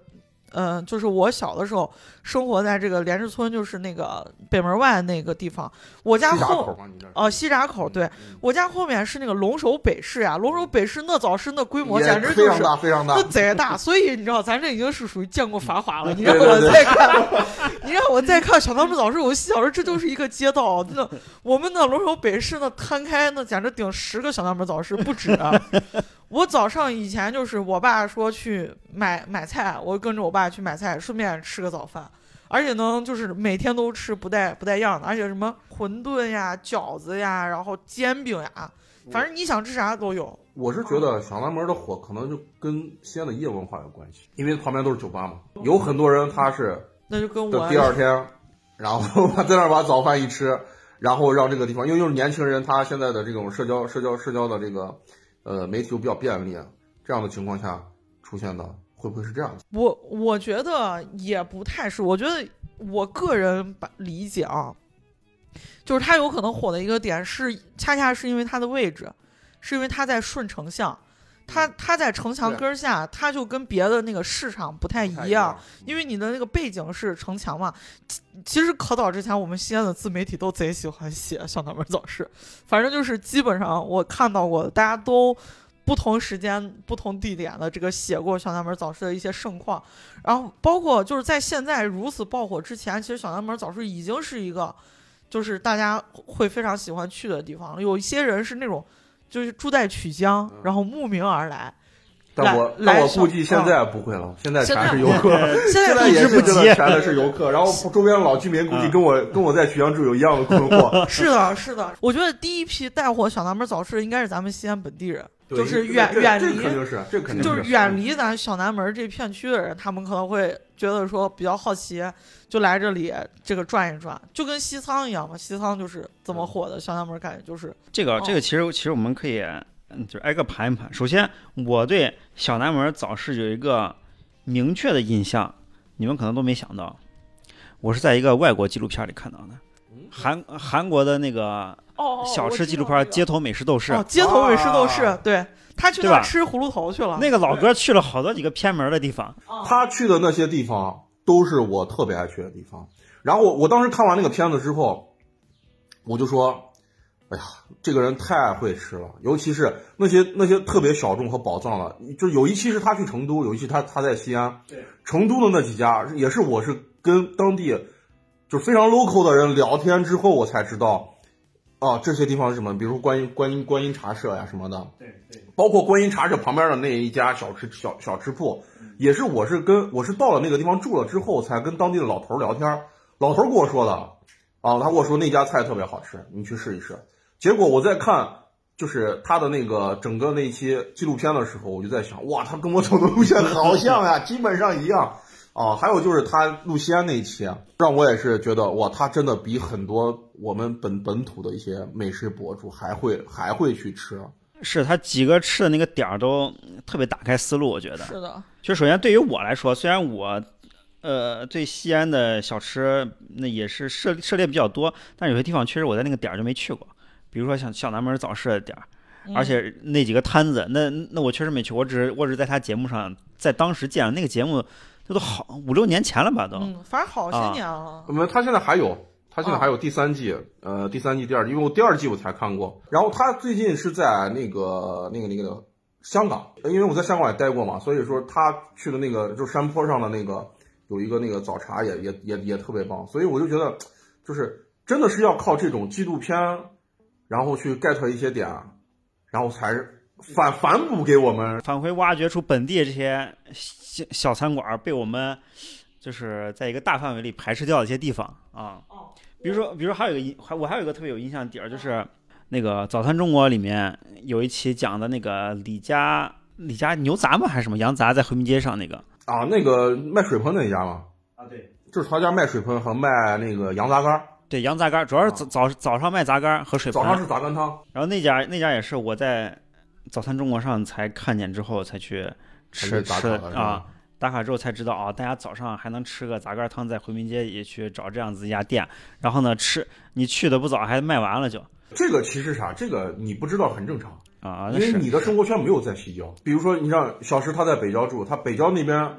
Speaker 3: 就是我小的时候生活在这个莲池村，就是那个北门外那个地方。我家西闸口，对，我家后面是那个龙首北市呀，龙首北市那早市那规模简直就是
Speaker 5: 非常大，
Speaker 3: 那贼大。所以你知道，咱这已经是属于见过繁华了。你让我再看，你让我再看小南门早市，我小时候这就是一个街道。那我们的龙首北市那摊开，那简直顶10个小南门早市不止啊。我早上以前就是我爸说去买菜，我跟着我爸去买菜，顺便吃个早饭，而且呢就是每天都吃不带样的，而且什么馄饨呀、饺子呀，然后煎饼呀，反正你想吃啥都有。
Speaker 5: 我是觉得小南门的火可能就跟西安的夜文化有关系，因为旁边都是酒吧嘛，有很多人他是
Speaker 3: 那就跟我
Speaker 5: 第二天，然后在那儿把早饭一吃，然后让这个地方，因为就是年轻人他现在的这种社交的这个媒体又比较便利，这样的情况下出现的会不会是这样子？
Speaker 3: 我觉得也不太是，我觉得我个人理解啊，就是它有可能火的一个点是恰恰是因为它的位置，是因为它在顺城巷，它在城墙根下，它就跟别的那个市场不太一样，因为你的那个背景是城墙嘛。其实可早之前我们西安的自媒体都贼喜欢写小南门早市，反正就是基本上我看到过大家都不同时间不同地点的这个写过小南门早市的一些盛况，然后包括就是在现在如此爆火之前，其实小南门早市已经是一个就是大家会非常喜欢去的地方了。有一些人是那种就是住在曲江，然后慕名而来。
Speaker 5: 但我估计现在不会了，现在全是游客，
Speaker 3: 现
Speaker 5: 在也是真的全的是游客，然后周边老居民估计跟我在曲江住有一样的困惑。
Speaker 3: 是的，我觉得第一批带火小南门早市应该是咱们西安本地人，就是远离，
Speaker 5: 这肯定是，
Speaker 3: 就是远离咱小南门这片区的人，他们可能会觉得说比较好奇，就来这里这个转一转，就跟西仓一样嘛，西仓就是这么火的，小南门感觉就是
Speaker 4: 这个其实我们可以。就挨个盘一盘。首先，我对小南门早市有一个明确的印象，你们可能都没想到，我是在一个外国纪录片里看到的，韩国的那个小吃纪录片《街头美食斗士》。
Speaker 3: 街头美食斗士，对，他去那吃葫芦头去了。
Speaker 4: 那个老哥去了好多几个偏门的地方，
Speaker 5: 他去的那些地方都是我特别爱去的地方。然后我当时看完那个片子之后，我就说。哎呀，这个人太会吃了，尤其是那些特别小众和宝藏了。就是有一期是他去成都，有一期他在西安。对，成都的那几家也是我是跟当地就是非常 local 的人聊天之后，我才知道啊，这些地方是什么，比如说观音茶社呀什么的。对，包括观音茶社旁边的那一家小吃铺，也是我是到了那个地方住了之后，才跟当地的老头聊天。老头跟我说的啊，他跟我说那家菜特别好吃，你去试一试。结果我在看就是他的那个整个那一期纪录片的时候，我就在想，哇，他跟我走的路线好像呀，基本上一样啊。还有就是他录西安那一期，让我也是觉得哇，他真的比很多我们本土的一些美食博主还会去吃。
Speaker 4: 是他几个吃的那个点儿都特别打开思路，我觉得
Speaker 3: 是的。
Speaker 4: 就首先对于我来说，虽然我对西安的小吃那也是涉猎比较多，但有些地方确实我在那个点儿就没去过。比如说像小南门早市的点儿，而且那几个摊子，那我确实没去，我只在他节目上，在当时见了那个节目，这都好5-6年前了吧都。
Speaker 3: 反正好些年了。
Speaker 5: 他现在还有第三季，第三季第二季，因为我第二季我才看过。然后他最近是在那个香港，因为我在香港也待过嘛，所以说他去的那个就是山坡上的那个有一个那个早茶也特别棒，所以我就觉得就是真的是要靠这种纪录片。然后去 get 一些点，然后才反哺给我们，
Speaker 4: 返回挖掘出本地这些小餐馆被我们就是在一个大范围里排斥掉的一些地方啊。比如说我还有一个特别有印象的点，就是那个《早餐中国》里面有一期讲的那个李家牛杂嘛还是什么羊杂，在回民街上那个
Speaker 5: 啊，那个卖水盆那家嘛
Speaker 4: 啊，对，
Speaker 5: 就是他家卖水盆和卖那个羊杂干。
Speaker 4: 对，羊杂干主要是早上卖杂干和水盆，
Speaker 5: 早上是杂干汤。
Speaker 4: 然后那家也是我在早餐中国上才看见之后才去吃啊，打卡之后才知道啊，大家早上还能吃个杂干汤，在回民街也去找这样子一家店，然后呢你去的不早还卖完了就。
Speaker 5: 这个其实啥，这个你不知道很正常
Speaker 4: 啊，
Speaker 5: 因为你的生活圈没有在西郊。比如说你像小石他在北郊住，他北郊那边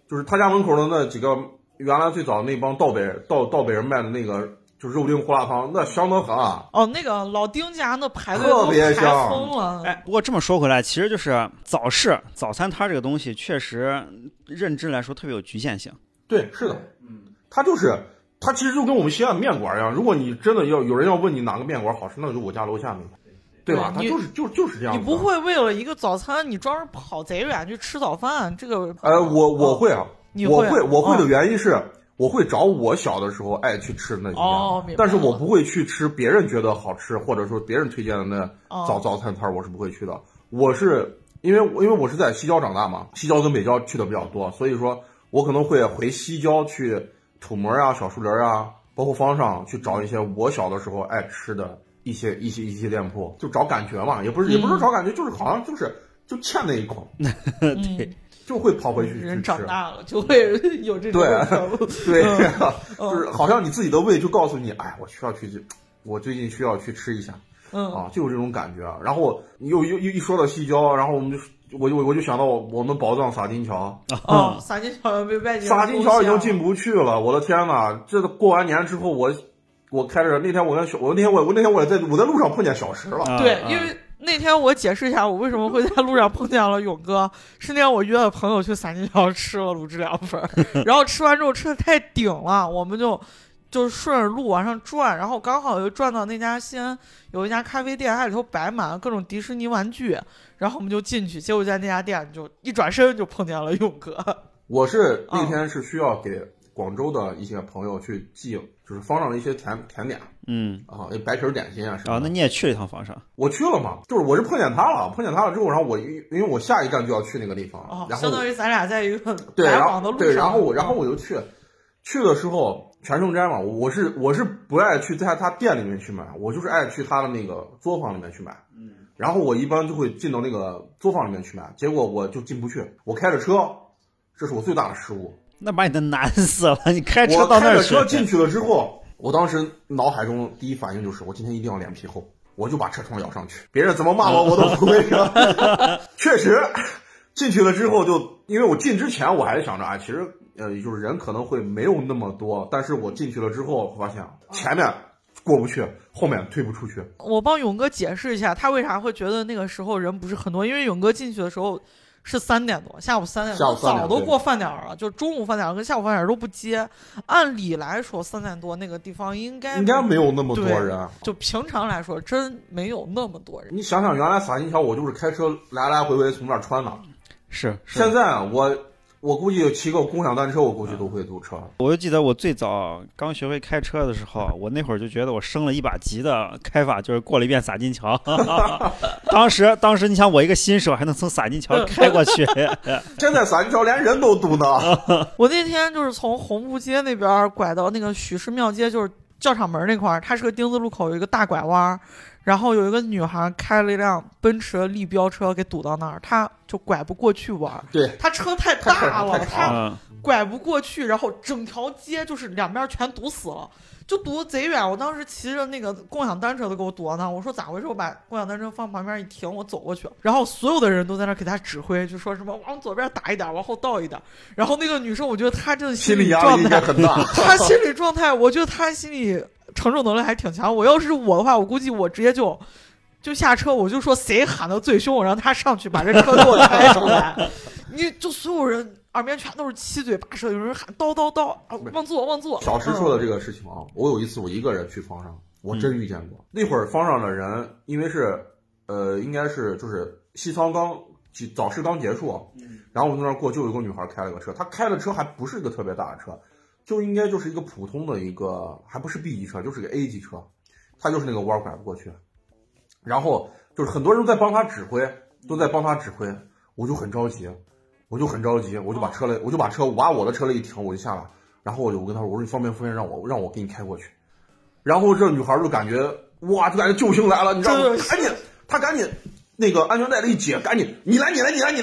Speaker 5: 就是他家门口的那几个原来最早那帮道北人卖的那个就是肉丁胡辣汤，那香得很啊。
Speaker 3: 哦，那个老丁家那排队
Speaker 5: 特别
Speaker 3: 排
Speaker 5: 香
Speaker 3: 疯了。
Speaker 4: 哎，不过这么说回来，其实就是早餐摊这个东西，确实认知来说特别有局限性。
Speaker 5: 对，是的，它其实就跟我们西安的面馆一样，如果你真的有人要问你哪个面馆好吃，那就我家楼下那个，对吧？它就是这样。
Speaker 3: 你不会为了一个早餐，你专门跑贼远去吃早饭？这个
Speaker 5: 我会啊，我会的原因是。我会找我小的时候爱去吃的那几家，但是我不会去吃别人觉得好吃或者说别人推荐的那早餐摊，我是不会去的。我是因为我是在西郊长大嘛，西郊跟北郊去的比较多，所以说我可能会回西郊去土门啊、小树林啊，包括方上去找一些我小的时候爱吃的一些店铺，就找感觉嘛，也不是找感觉，就是好像就欠那一口，
Speaker 4: 对。
Speaker 5: 就会跑回去
Speaker 3: 人长大了就会有这种
Speaker 5: 对，就是好像你自己的胃就告诉你，哎，我最近需要去吃一下，就有这种感觉。然后又一说到西郊，然后我就想到我们宝藏洒金桥
Speaker 3: 洒金桥被外界
Speaker 5: 洒金桥已经进不去了，我的天哪！这过完年之后，我开着那天我在路上碰见小石了，
Speaker 3: 对，因为。那天我解释一下，我为什么会在路上碰见了勇哥。是那天我约了朋友去洒金桥吃了卤汁凉粉，然后吃完之后吃的太顶了，我们就顺着路往上转，然后刚好又转到那家西安有一家咖啡店，它里头摆满了各种迪士尼玩具，然后我们就进去，结果在那家店就一转身就碰见了勇哥。
Speaker 5: 我是那天是需要给广州的一些朋友去寄，就是方上的一些甜点，白皮点心啊什么。
Speaker 4: 那你也去了一趟方上？
Speaker 5: 我去了嘛，就是我是碰见他了之后，然后因为我下一站就要去那个地方，然后
Speaker 3: 相当于咱俩在一个来往的路上。
Speaker 5: 对，然后我就去的时候，全盛斋嘛，我是不爱去在他店里面去买，我就是爱去他的那个作坊里面去买。然后我一般就会进到那个作坊里面去买，结果我就进不去，我开着车，这是我最大的失误。
Speaker 4: 那把你的难死了！你开车到那儿去，
Speaker 5: 我开着车进去了之后，我当时脑海中第一反应就是我今天一定要脸皮厚，我就把车窗摇上去，别人怎么骂我都不会说。确实进去了之后因为我进之前我还想着其实就是人可能会没有那么多，但是我进去了之后发现前面过不去，后面推不出去。
Speaker 3: 我帮勇哥解释一下他为啥会觉得那个时候人不是很多，因为勇哥进去的时候是3点多，下午3点多，早都过饭点了，就中午饭点跟下午饭点都不接。按理来说3点多那个地方应该
Speaker 5: 没有那么多人，
Speaker 3: 就平常来说真没有那么多人。
Speaker 5: 你想想，原来洒金桥我就是开车来来回回从那儿穿的，
Speaker 4: 是
Speaker 5: 现在我估计骑个共享单车，我估计都会堵车。
Speaker 4: 我就记得我最早刚学会开车的时候，我那会儿就觉得我升了一把级的开法就是过了一遍洒金桥。当时你想我一个新手还能从洒金桥开过去，
Speaker 5: 现在洒金桥连人都堵呢。
Speaker 3: 我那天就是从红布街那边拐到那个许氏庙街，就是教场门那块儿，它是个丁字路口，有一个大拐弯，然后有一个女孩开了一辆奔驰的立标车给堵到那儿，她就拐不过去玩。
Speaker 5: 对，
Speaker 3: 她车太大了，她拐不过去，然后整条街就是两边全堵死了，就堵得贼远。我当时骑着那个共享单车都给我堵到那，我说咋回事？我把共享单车放旁边一停，我走过去，然后所有的人都在那给他指挥，就说什么往左边打一点，往后倒一点。然后那个女生，我觉得她这
Speaker 5: 心理
Speaker 3: 状态
Speaker 5: 很大，
Speaker 3: 她心理状态，我觉得她心理承受能力还挺强。我要是我的话，我估计我直接就下车，我就说谁喊得最凶，我让他上去把这车给我开出来。你就所有人耳边全都是七嘴八舌，有人喊叨叨叨，往左往左。
Speaker 5: 小石说的这个事情我有一次我一个人去方上，我真遇见过。那会儿方上的人，因为是应该是就是西仓早市刚结束，然后我从那儿过，就有一个女孩开了个车，她开的车还不是一个特别大的车，就应该就是一个普通的一个，还不是 B 级车，就是个 A 级车，她就是那个弯拐不过去。然后就是很多人都在帮他指挥，我就很着急，我把我的车一停，我就下来，然后我跟他说，我说你方便让我给你开过去。然后这女孩就感觉哇，就感觉救星来了，你知道吗？赶紧那个安全带一解，赶紧你来，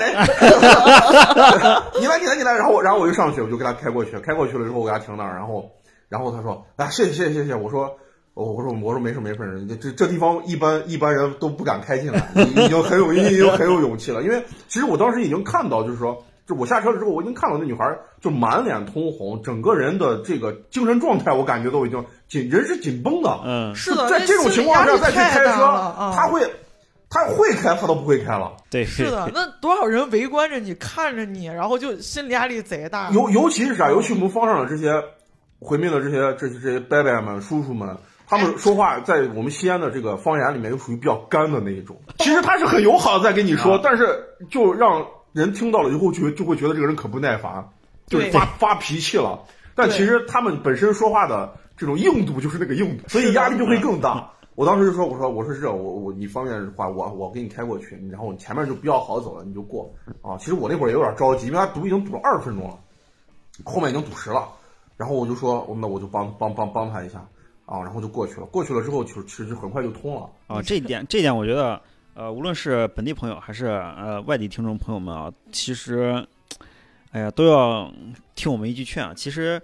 Speaker 5: 然后我就上去，我就给他开过去了之后我给他停那儿，然后他说谢谢，我说没事，这地方一般人都不敢开进来，已经很有勇气了。因为其实我当时已经看到，就是说就我下车了之后，我已经看到那女孩就满脸通红，整个人的这个精神状态，我感觉都已经人是紧绷的。
Speaker 3: 是的，
Speaker 5: 在这种情况下再去开车，他会开，他都不会开了。
Speaker 4: 对，
Speaker 3: 是的，那多少人围观着你，看着你，然后就心理压力贼大。
Speaker 5: 尤其是啥？尤其我们方上的这些回民的这些伯伯们、叔叔们。他们说话在我们西安的这个方言里面，又属于比较干的那一种。其实他是很友好的在跟你说，但是就让人听到了以后就会觉得这个人可不耐烦，就是发脾气了。但其实他们本身说话的这种硬度就是那个硬度，所以压力就会更大。我当时就说，我说这你方便的话，我给你开过去，然后你前面就比较好走了，你就过啊。其实我那会儿也有点着急，因为他已经堵了20分钟了，后面已经堵实了。然后我就说，那我就帮他一下。然后就过去了之后其实很快就通了啊。
Speaker 4: 这一点我觉得无论是本地朋友还是外地听众朋友们啊，其实都要听我们一句劝啊。其实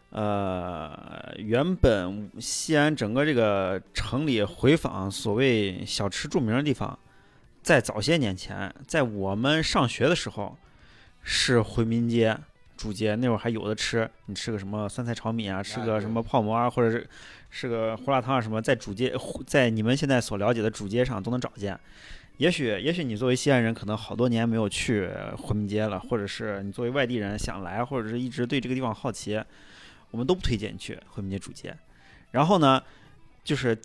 Speaker 4: 原本西安整个这个城里回坊所谓小吃著名的地方，在早些年前，在我们上学的时候是回民街主街，那会儿还有的吃，你吃个什么酸菜炒米啊，吃个什么泡馍啊，或者是个胡辣汤啊什么，在主街，在你们现在所了解的主街上都能找见。也许你作为西安人，可能好多年没有去回民街了，或者是你作为外地人想来，或者是一直对这个地方好奇，我们都不推荐你去回民街主街。然后呢，就是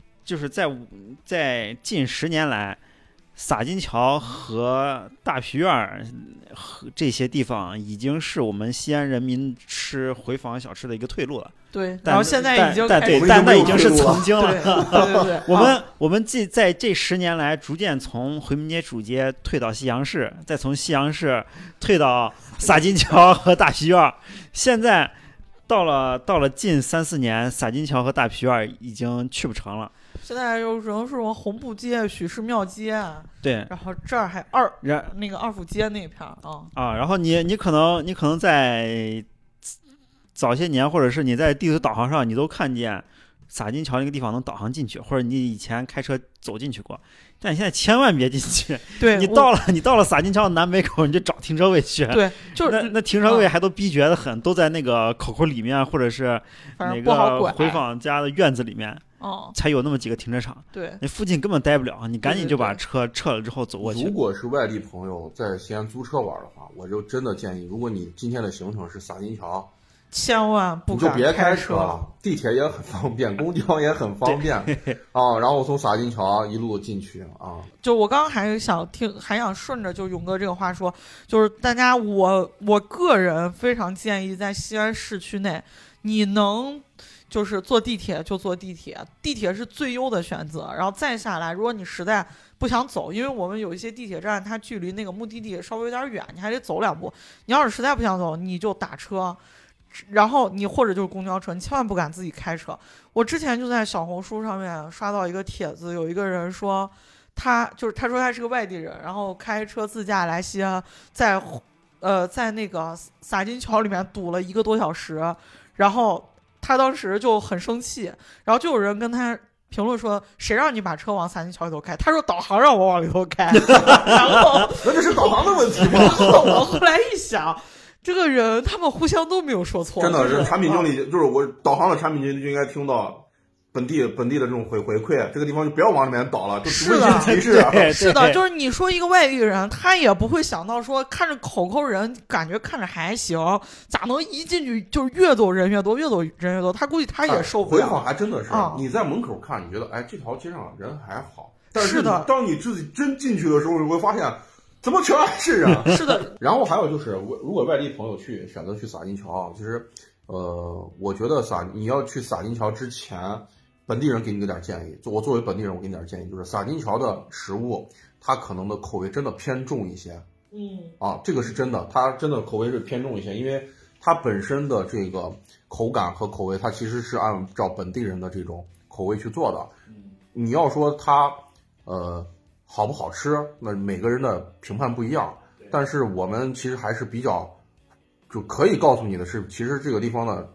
Speaker 4: 在近10年来，洒金桥和大皮院和这些地方已经是我们西安人民吃回坊小吃的一个退路了。
Speaker 3: 对，然后现在已经
Speaker 4: 但那已经是曾经了。
Speaker 3: 对，
Speaker 4: 我们在这10年来逐渐从回民街主街退到西洋市，再从西洋市退到洒金桥和大皮院，现在到了近3-4年，洒金桥和大皮院已经去不成了。
Speaker 3: 现在有什么什么红布街、许氏庙街，
Speaker 4: 对，
Speaker 3: 然后这儿还那个二府街那片
Speaker 4: 然后你可能在早些年，或者是你在地图导航上，你都看见洒金桥那个地方能导航进去，或者你以前开车走进去过，但你现在千万别进去。
Speaker 3: 对，
Speaker 4: 你到了洒金桥的南北口，你就找停车位去。
Speaker 3: 对，就是
Speaker 4: 那停车位还都逼绝的很，都在那个口里面，或者是那个回坊家的院子里面。才有那么几个停车场。
Speaker 3: 对，
Speaker 4: 那附近根本待不了，你赶紧就把车撤了之后走过去。
Speaker 5: 如果是外地朋友在西安租车玩的话，我就真的建议，如果你今天的行程是洒金桥，
Speaker 3: 千万不敢
Speaker 5: 你就别开
Speaker 3: 车
Speaker 5: 了，地铁也很方便，公交也很方便然后从洒金桥一路进去啊。
Speaker 3: 就我刚刚还想顺着就勇哥这个话说，就是大家我个人非常建议在西安市区内，你能就是坐地铁就坐地铁，地铁是最优的选择。然后再下来，如果你实在不想走，因为我们有一些地铁站它距离那个目的地稍微有点远，你还得走2步。你要是实在不想走，你就打车，然后你或者就是公交车，你千万不敢自己开车。我之前就在小红书上面刷到一个帖子，有一个人说他说他是个外地人，然后开车自驾来西安，在那个洒金桥里面堵了1个多小时，然后他当时就很生气，然后就有人跟他评论说，谁让你把车往洒金桥里头开？他说导航让我往里头开。然后
Speaker 5: 那这是导航的问题吗？
Speaker 3: 我后来一想，这个人他们互相都没有说错，
Speaker 5: 真的是产品经理，就是我导航的产品经理就应该听到本地的这种回馈，这个地方就不要往里面导了，就是微信提示。
Speaker 3: 是的，就是你说一个外地人，他也不会想到说看着口人，感觉看着还行，咋能一进去就是越走人越多，他估计他也受不了。
Speaker 5: 回访还真的是，你在门口看，你觉得这条街上人还好，但
Speaker 3: 是的，
Speaker 5: 当你自己真进去的时候，你会发现怎么全是人。
Speaker 3: 是的。
Speaker 5: 然后还有就是，如果外地朋友选择去洒金桥，其实我觉得你要去洒金桥之前，本地人给你点建议，我作为本地人，我给你点建议，就是洒金桥的食物，它可能的口味真的偏重一些。这个是真的，它真的口味是偏重一些，因为它本身的这个口感和口味，它其实是按照本地人的这种口味去做的。你要说它好不好吃，那每个人的评判不一样，但是我们其实还是比较就可以告诉你的是，其实这个地方的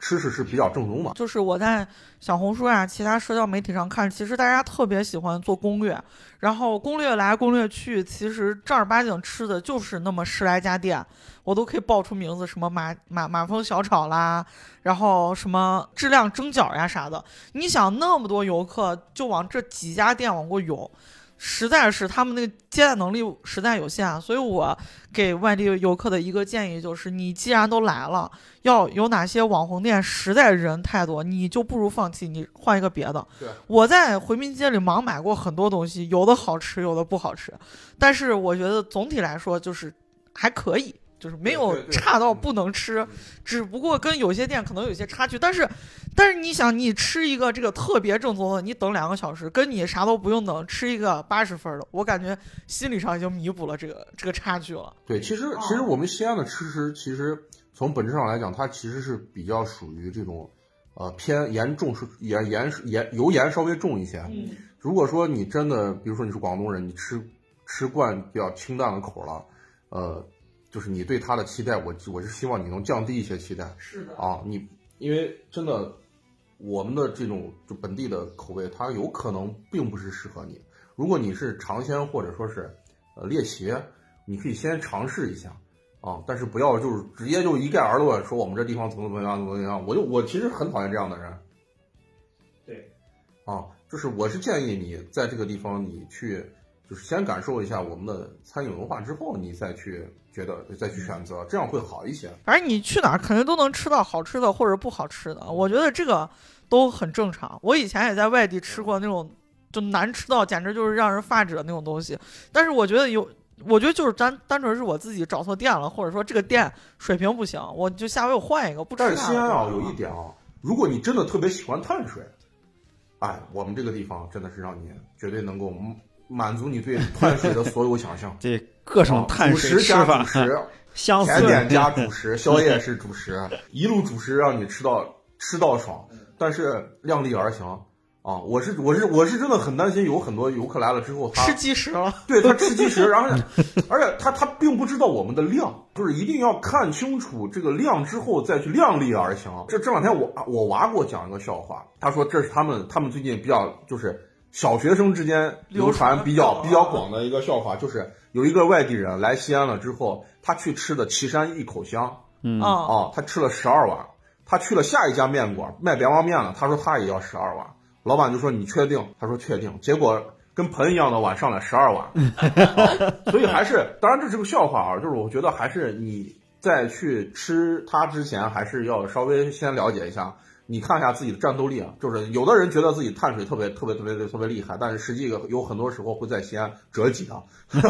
Speaker 5: 吃食是比较正宗的。
Speaker 3: 就是我在小红书啊，其他社交媒体上看，其实大家特别喜欢做攻略，然后攻略来攻略去，其实正儿八经吃的就是那么10来家店，我都可以报出名字，什么马蜂小炒啦，然后什么质量蒸饺呀啥的。你想那么多游客就往这几家店往过涌，实在是他们那个接待能力实在有限，所以我给外地游客的一个建议就是，你既然都来了，要有哪些网红店实在人太多，你就不如放弃，你换一个别的。
Speaker 5: 对，
Speaker 3: 我在回民街里盲买过很多东西，有的好吃，有的不好吃，但是我觉得总体来说就是还可以。就是没有差到不能吃，只不过跟有些店可能有些差距。但是你想，你吃一个这个特别正宗的，你等2个小时，跟你啥都不用等吃一个80分的，我感觉心理上已经弥补了这个差距了。
Speaker 5: 对，其实我们西安的吃食，其实从本质上来讲，它其实是比较属于这种偏盐重，是油盐稍微重一些。如果说你真的，比如说你是广东人，你吃惯比较清淡的口了，就是你对它的期待，我是希望你能降低一些期待。
Speaker 3: 是的
Speaker 5: 啊，因为真的我们的这种就本地的口味，它有可能并不是适合你。如果你是尝鲜或者说是猎奇，你可以先尝试一下啊，但是不要就是直接就一概而论说我们这地方怎么样。我其实很讨厌这样的人。
Speaker 1: 对，
Speaker 5: 啊，就是我是建议你在这个地方你去。就是先感受一下我们的餐饮文化之后，你再去选择，这样会好一些。
Speaker 3: 反正你去哪儿肯定都能吃到好吃的或者不好吃的，我觉得这个都很正常。我以前也在外地吃过那种就难吃到简直就是让人发指的那种东西，但是我觉得就是单纯是我自己找错店了，或者说这个店水平不行，我就下回我换一个不吃。
Speaker 5: 但是西安啊，有一点啊，如果你真的特别喜欢碳水，哎，我们这个地方真的是让你绝对能够满足你对碳水的所有想象。
Speaker 4: 对，各种碳水吃法，相似
Speaker 5: 甜点加主食，宵夜是主食，一路主食让你吃到爽，但是量力而行啊！我是真的很担心，有很多游客来了之后，他
Speaker 3: 吃鸡食了，
Speaker 5: 对他吃鸡食，然后而且他并不知道我们的量，就是一定要看清楚这个量之后再去量力而行。这两天我娃给我讲一个笑话，他说这是他们最近比较就是小学生之间流传比较广的一个笑话，就是有一个外地人来西安了之后，他去吃的岐山一口香，他吃了12碗，他去了下一家面馆卖别王面了，他说他也要12碗，老板就说你确定？他说确定，结果跟盆一样的碗上来12碗，所以还是，当然这是个笑话啊，就是我觉得还是你在去吃它之前，还是要稍微先了解一下。你看一下自己的战斗力啊，就是有的人觉得自己碳水特别厉害，但是实际有很多时候会在西安折戟啊。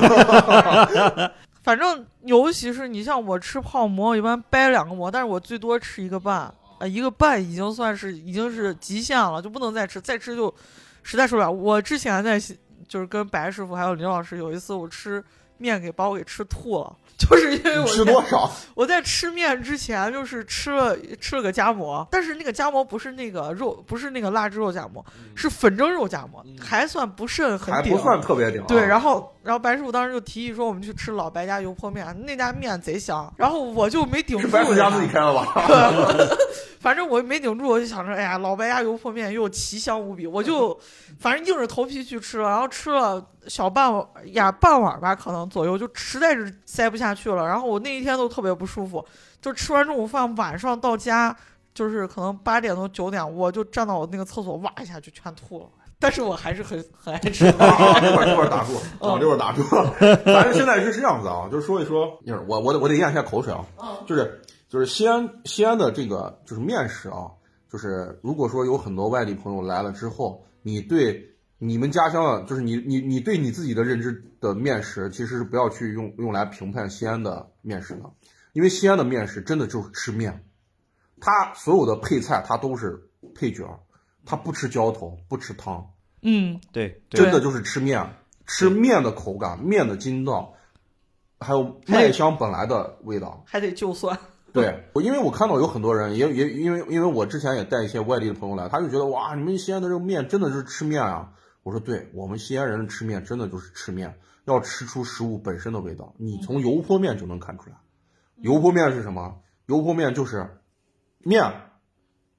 Speaker 3: 反正尤其是你像我吃泡馍，我一般掰2个馍，但是我最多吃1个半，一个半已经是极限了，就不能再吃就实在受不了。我之前就是跟白师傅还有林老师有一次，我吃面把我给吃吐了。就是因为我
Speaker 5: 吃多少？
Speaker 3: 我在吃面之前就是吃了个夹馍，但是那个夹馍不是那个肉，不是那个腊汁肉夹馍，是粉蒸肉夹馍，还算不是很顶，
Speaker 5: 还不算特别顶。
Speaker 3: 对，然后白师傅当时就提议说我们去吃老白家油泼面，那家面贼香，然后我就没顶住。
Speaker 5: 是白师家自己开了吧？
Speaker 3: 反正我没顶住，我就想着，哎呀，老白家油泼面又奇香无比，我就反正硬着头皮去吃了，然后吃了半碗吧，可能左右，就实在是塞不下去了。然后我那一天都特别不舒服，就吃完中午饭，晚上到家就是可能8点多9点，我就站到我那个厕所，哇一下就全吐了。但是我还是很爱吃。
Speaker 5: 这块打住，这块打住。反正现在是这样子啊，就是说一说，我得咽一下口水啊，就是西安的这个就是面食啊，就是如果说有很多外地朋友来了之后，你对你们家乡的，就是你对你自己的认知的面食，其实是不要去用来评判西安的面食的，因为西安的面食真的就是吃面，它所有的配菜它都是配角，它不吃浇头，不吃汤。
Speaker 4: 对，
Speaker 5: 真的就是吃面的口感，面的筋道，还有麦香本来的味道，
Speaker 3: 还得就蒜。
Speaker 5: 对，因为我看到有很多人，也因为我之前也带一些外地的朋友来，他就觉得哇，你们西安的这个面真的是吃面啊。我说对，我们西安人吃面真的就是吃面，要吃出食物本身的味道。你从油泼面就能看出来，油泼面是什么？油泼面就是面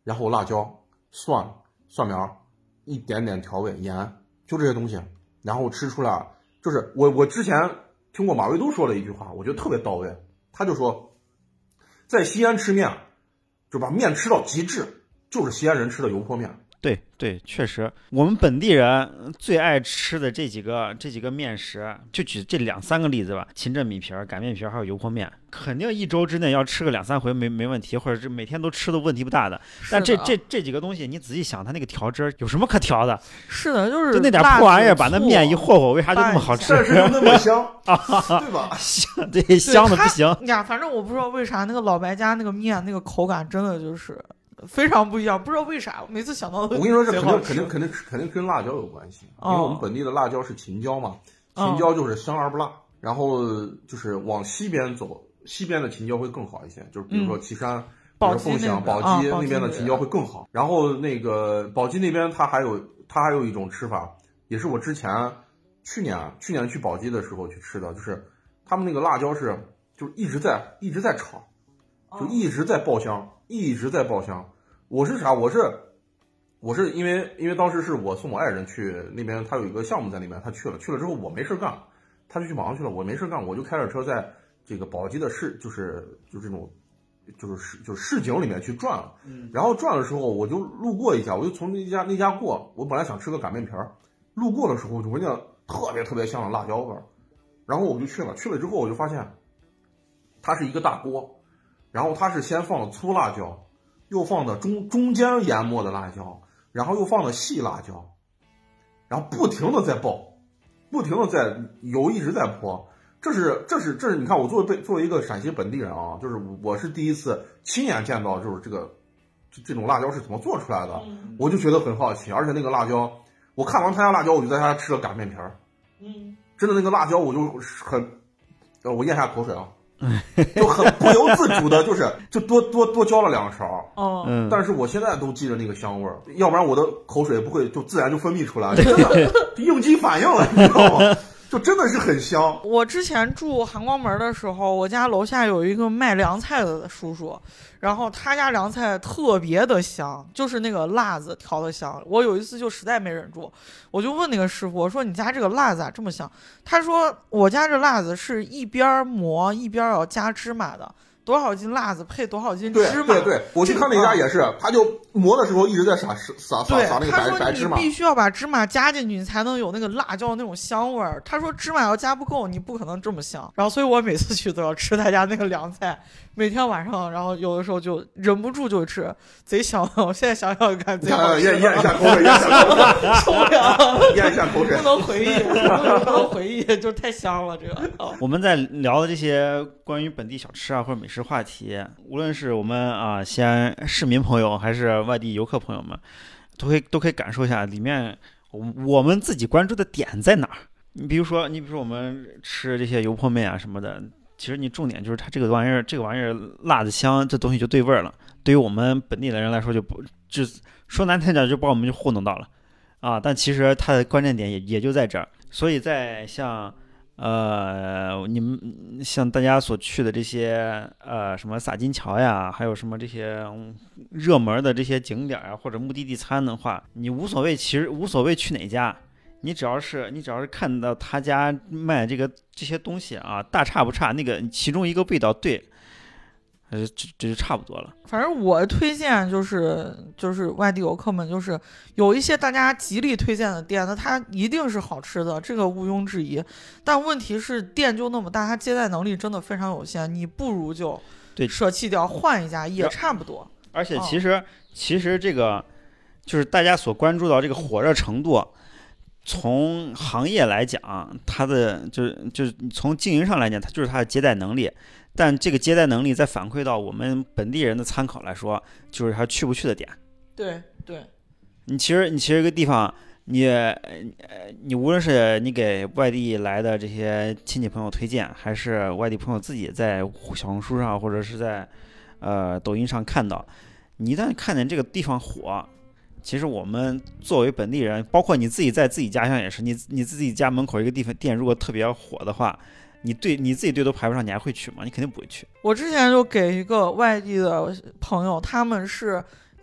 Speaker 5: 然后辣椒、蒜苗，一点点调味，盐，就这些东西，然后吃出来。就是我之前听过马未都说了一句话，我觉得特别到位。他就说，在西安吃面，就把面吃到极致，就是西安人吃的油泼面。
Speaker 4: 对对，确实，我们本地人最爱吃的这几个面食，就举这2-3个例子吧：秦镇米皮、擀面皮还有油泼面，肯定一周之内要吃个2-3回没问题，或者是每天都吃的问题不大的。但这几个东西，你仔细想，它那个调汁有什么可调的？
Speaker 3: 是的，就
Speaker 4: 那点破玩意儿，把那面一和，为啥就那么好吃？
Speaker 5: 但是又那么香啊，对吧？
Speaker 4: 香，对，香的不行
Speaker 3: 呀。反正我不知道为啥那个老白家那个面那个口感真的就是非常不一样，不知道为啥，每次想到
Speaker 5: 我跟你说，这肯定跟辣椒有关系，因为我们本地的辣椒是秦椒嘛，秦椒就是香而不辣，然后就是往西边走，西边的秦椒会更好一些，就是比如说岐山、凤翔、宝鸡那边的秦椒会更好。然后那个宝鸡那边它还有一种吃法，也是我之前去年去宝鸡的时候去吃的，就是他们那个辣椒就是一直在炒，就一直在爆香，一直在爆香。我是啥？我是因为当时是我送我爱人去那边，他有一个项目在那边，他去了之后我没事干，他就去忙去了，我没事干，我就开着车在这个宝鸡的就是这种就是市井里面去转了。然后转的时候我就路过一下，我就从那家过，我本来想吃个擀面皮儿，路过的时候就闻见特别特别香的辣椒味儿，然后我就去了之后我就发现它是一个大锅，然后它是先放了粗辣椒，又放的中间研磨的辣椒，然后又放的细辣椒，然后不停的在爆，不停的在油一直在泼。这是你看，我作为一个陕西本地人啊，就是我是第一次亲眼见到，就是这种辣椒是怎么做出来的，我就觉得很好奇。而且那个辣椒，我看完他家辣椒，我就在他家吃了擀面皮儿，真的那个辣椒我就我咽下口水啊。就很不由自主的，就多浇了2勺，但是我现在都记着那个香味儿，要不然我的口水不会就自然就分泌出来，真的应激反应了，你知道吗？就真的是很香。
Speaker 3: 我之前住韩光门的时候，我家楼下有一个卖凉菜的叔叔，然后他家凉菜特别的香，就是那个辣子调的香。我有一次就实在没忍住，我就问那个师傅，我说你家这个辣子咋这么香？他说我家这辣子是一边磨一边要加芝麻的，多少斤辣子配多少斤芝麻。
Speaker 5: 对，我去看那家也是，他就磨的时候一直在撒那个白芝麻。
Speaker 3: 你必须要把芝麻加进去，你才能有那个辣椒的那种香味儿。他说芝麻要加不够，你不可能这么香。然后所以我每次去都要吃他家那个凉菜，每天晚上，然后有的时候就忍不住就吃，贼香。我现在想想看，贼好吃。
Speaker 5: 咽一下口水，
Speaker 3: 受不了，
Speaker 5: 咽一下口水，
Speaker 3: 不能回忆，就太香了这个。
Speaker 4: 我们在聊的这些关于本地小吃啊或者美食话题，无论是我们西安市民朋友还是外地游客朋友们，都可以感受一下里面我们自己关注的点在哪儿。你比如说我们吃这些油泼面啊什么的，其实你重点就是它这个玩意儿辣的香，这东西就对味儿了。对于我们本地的人来说，就说难听点就把我们就糊弄到了啊。但其实它的关键点也就在这儿。所以在你们像大家所去的这些什么洒金桥呀，还有什么这些热门的这些景点啊，或者目的地餐的话，你其实无所谓去哪家，你只要是看到他家卖这些东西啊，大差不差，那个其中一个味道对，这就差不多了。
Speaker 3: 反正我推荐就是外地游客们，就是有一些大家极力推荐的店，那它一定是好吃的，这个毋庸置疑。但问题是店就那么大，它接待能力真的非常有限，你不如就舍弃掉，换一家也差不多。
Speaker 4: 而且其实这个就是大家所关注到这个火热程度，从行业来讲，它的就是从经营上来讲，它就是它的接待能力。但这个接待能力再反馈到我们本地人的参考来说，就是他去不去的点。
Speaker 3: 对，
Speaker 4: 你其实一个地方，你无论是你给外地来的这些亲戚朋友推荐，还是外地朋友自己在小红书上或者是在抖音上看到，你一旦看见这个地方火，其实我们作为本地人，包括你自己在自己家乡也是，你自己家门口一个地方店如果特别火的话，你自己队都排不上，你还会去吗？你肯定不会去。
Speaker 3: 我之前就给一个外地的朋友，他们是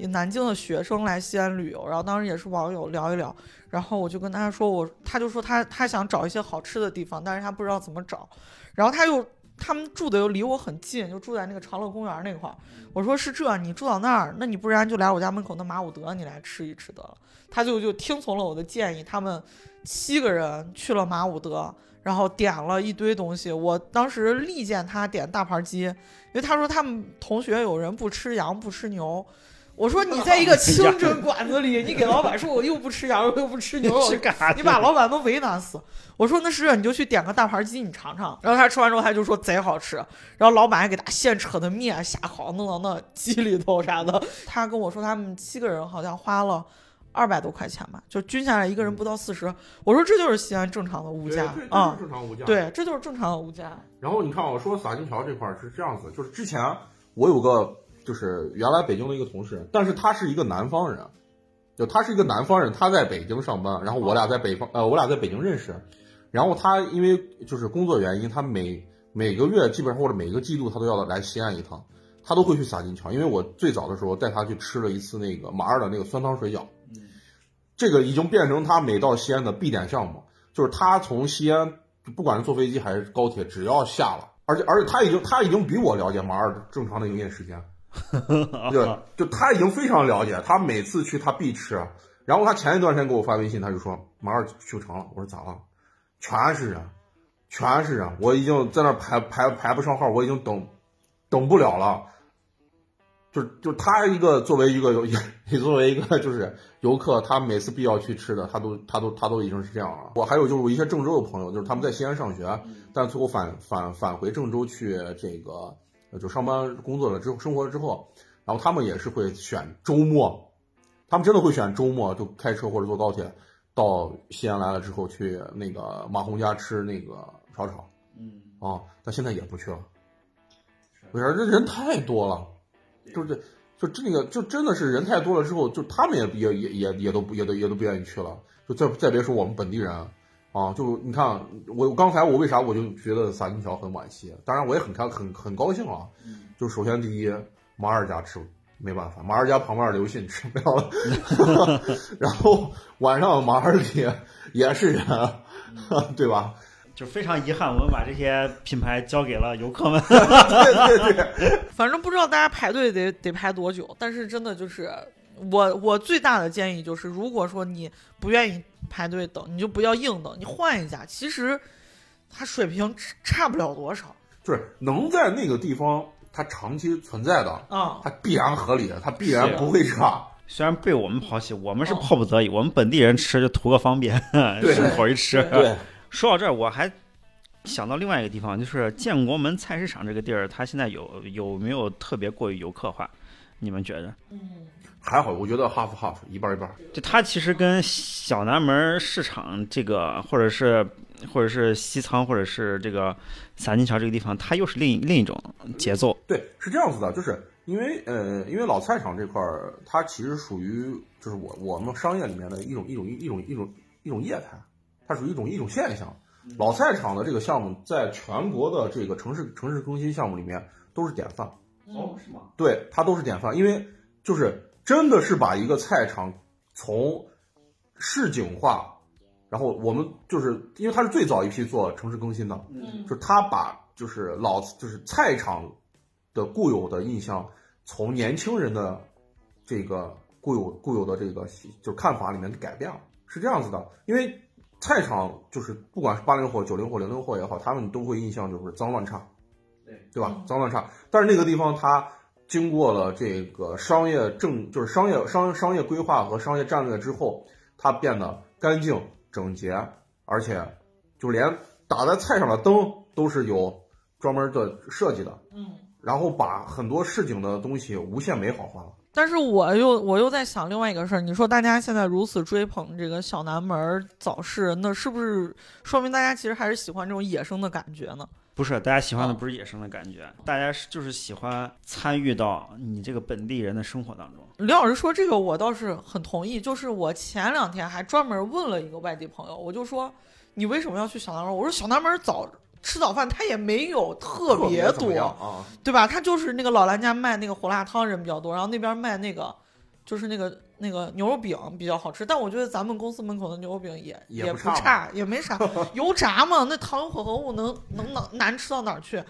Speaker 3: 南京的学生来西安旅游，然后当时也是网友聊一聊，然后我就跟他说他就说他想找一些好吃的地方，但是他不知道怎么找，然后他们住的又离我很近，就住在那个长乐公园那块儿。我说是这，你住到那儿，那你不然就来我家门口的马武德，你来吃一吃得了。他就听从了我的建议，他们7个人去了马武德，然后点了一堆东西。我当时力荐他点大盘鸡，因为他说他们同学有人不吃羊不吃牛。我说你在一个清真馆子里，你给老板说我又不吃羊肉又不吃牛肉，你把老板都为难死。我说那是，你就去点个大盘鸡你尝尝。然后他吃完之后他就说贼好吃，然后老板还给他现扯的面下好弄到那鸡里头啥的。他跟我说他们7个人好像花了200多块钱吧，就均下来一个人不到40。我说这就是西安正常的物价啊，
Speaker 5: 正常物价，
Speaker 3: 对，这就是正常的物价。
Speaker 5: 然后你看我说洒金桥这块是这样子，就是之前我有个就是原来北京的一个同事，但是他是一个南方人，就他是一个南方人，他在北京上班，然后我俩在北京认识，然后他因为就是工作原因，他每个月基本上或者每个季度他都要来西安一趟，他都会去洒金桥，因为我最早的时候带他去吃了一次那个马二的那个酸汤水饺，这个已经变成他每到西安的必点项目，就是他从西安不管是坐飞机还是高铁，只要下了，而且他已经比我了解马二正常的营业时间。就他已经非常了解，他每次去他必吃。然后他前一段时间给我发微信，他就说马二去成了。我说咋了？全是人，我已经在那排不上号，我已经等不了了。就他作为一个就是游客，他每次必要去吃的，他都已经是这样了。我还有就是我一些郑州的朋友，就是他们在西安上学，但最后返回郑州去这个。就上班工作了之后，生活了之后，然后他们也是会选周末，他们真的会选周末，就开车或者坐高铁到西安来了之后，去那个马红家吃那个炒炒，但现在也不去了，为啥？这人太多了，就这个就真的是人太多了之后，就他们也都不愿意去了，就再别说我们本地人。就你看我刚才我为啥我就觉得洒金桥很惋惜，当然我也很高兴啊。就首先第一，马二家吃没办法，马二家旁边刘信吃不了了，然后晚上马二里也是人，对吧？
Speaker 4: 就非常遗憾，我们把这些品牌交给了游客们。
Speaker 5: 对，
Speaker 3: 反正不知道大家排队得排多久，但是真的就是我最大的建议就是，如果说你不愿意排队等，你就不要硬等，你换一家，其实它水平差不了多少。
Speaker 5: 就是能在那个地方它长期存在的它必然合理，它必然不会差。
Speaker 4: 虽然被我们抛弃，我们是迫不得已，我们本地人吃就图个方便，顺口一吃。
Speaker 5: 对，
Speaker 4: 说到这儿，我还想到另外一个地方，就是建国门菜市场这个地儿，它现在有没有特别过于游客化？你们觉得？
Speaker 5: 还好，我觉得 half 一半一半。
Speaker 4: 就它其实跟小南门市场这个，或者是西仓，或者是这个洒金桥这个地方，它又是另一种节奏。
Speaker 5: 对，是这样子的，就是因为老菜场这块儿，它其实属于就是我们商业里面的一种业态，它属于一种现象。老菜场的这个项目，在全国的这个城市更新项目里面都是典范。
Speaker 4: 是吗？
Speaker 5: 对，它都是典范，因为就是真的是把一个菜场从市井化，然后我们就是因为它是最早一批做城市更新的，就是它把就是菜场的固有的印象，从年轻人的这个固有的这个就是看法里面改变了，是这样子的。因为菜场就是不管是80后、90后、00后也好，他们都会印象就是脏乱差。对吧？脏乱差，但是那个地方它经过了这个商业规划和商业战略之后，它变得干净整洁，而且就连打在菜上的灯都是有专门的设计的，然后把很多市井的东西无限美好化了。
Speaker 3: 但是我又在想另外一个事儿，你说大家现在如此追捧这个小南门早市，那是不是说明大家其实还是喜欢这种野生的感觉呢？
Speaker 4: 不是，大家喜欢的不是野生的感觉，大家就是喜欢参与到你这个本地人的生活当中。
Speaker 3: 刘老师说这个我倒是很同意，就是我前2天还专门问了一个外地朋友，我就说你为什么要去小南门？我说小南门吃早饭它也没有特别多，对吧？它就是那个老兰家卖那个火辣汤人比较多，然后那边卖那个就是那个牛肉饼比较好吃，但我觉得咱们公司门口的牛肉饼也
Speaker 5: 不
Speaker 3: 差，也没啥油炸嘛，那糖油混合物能难吃到哪儿去？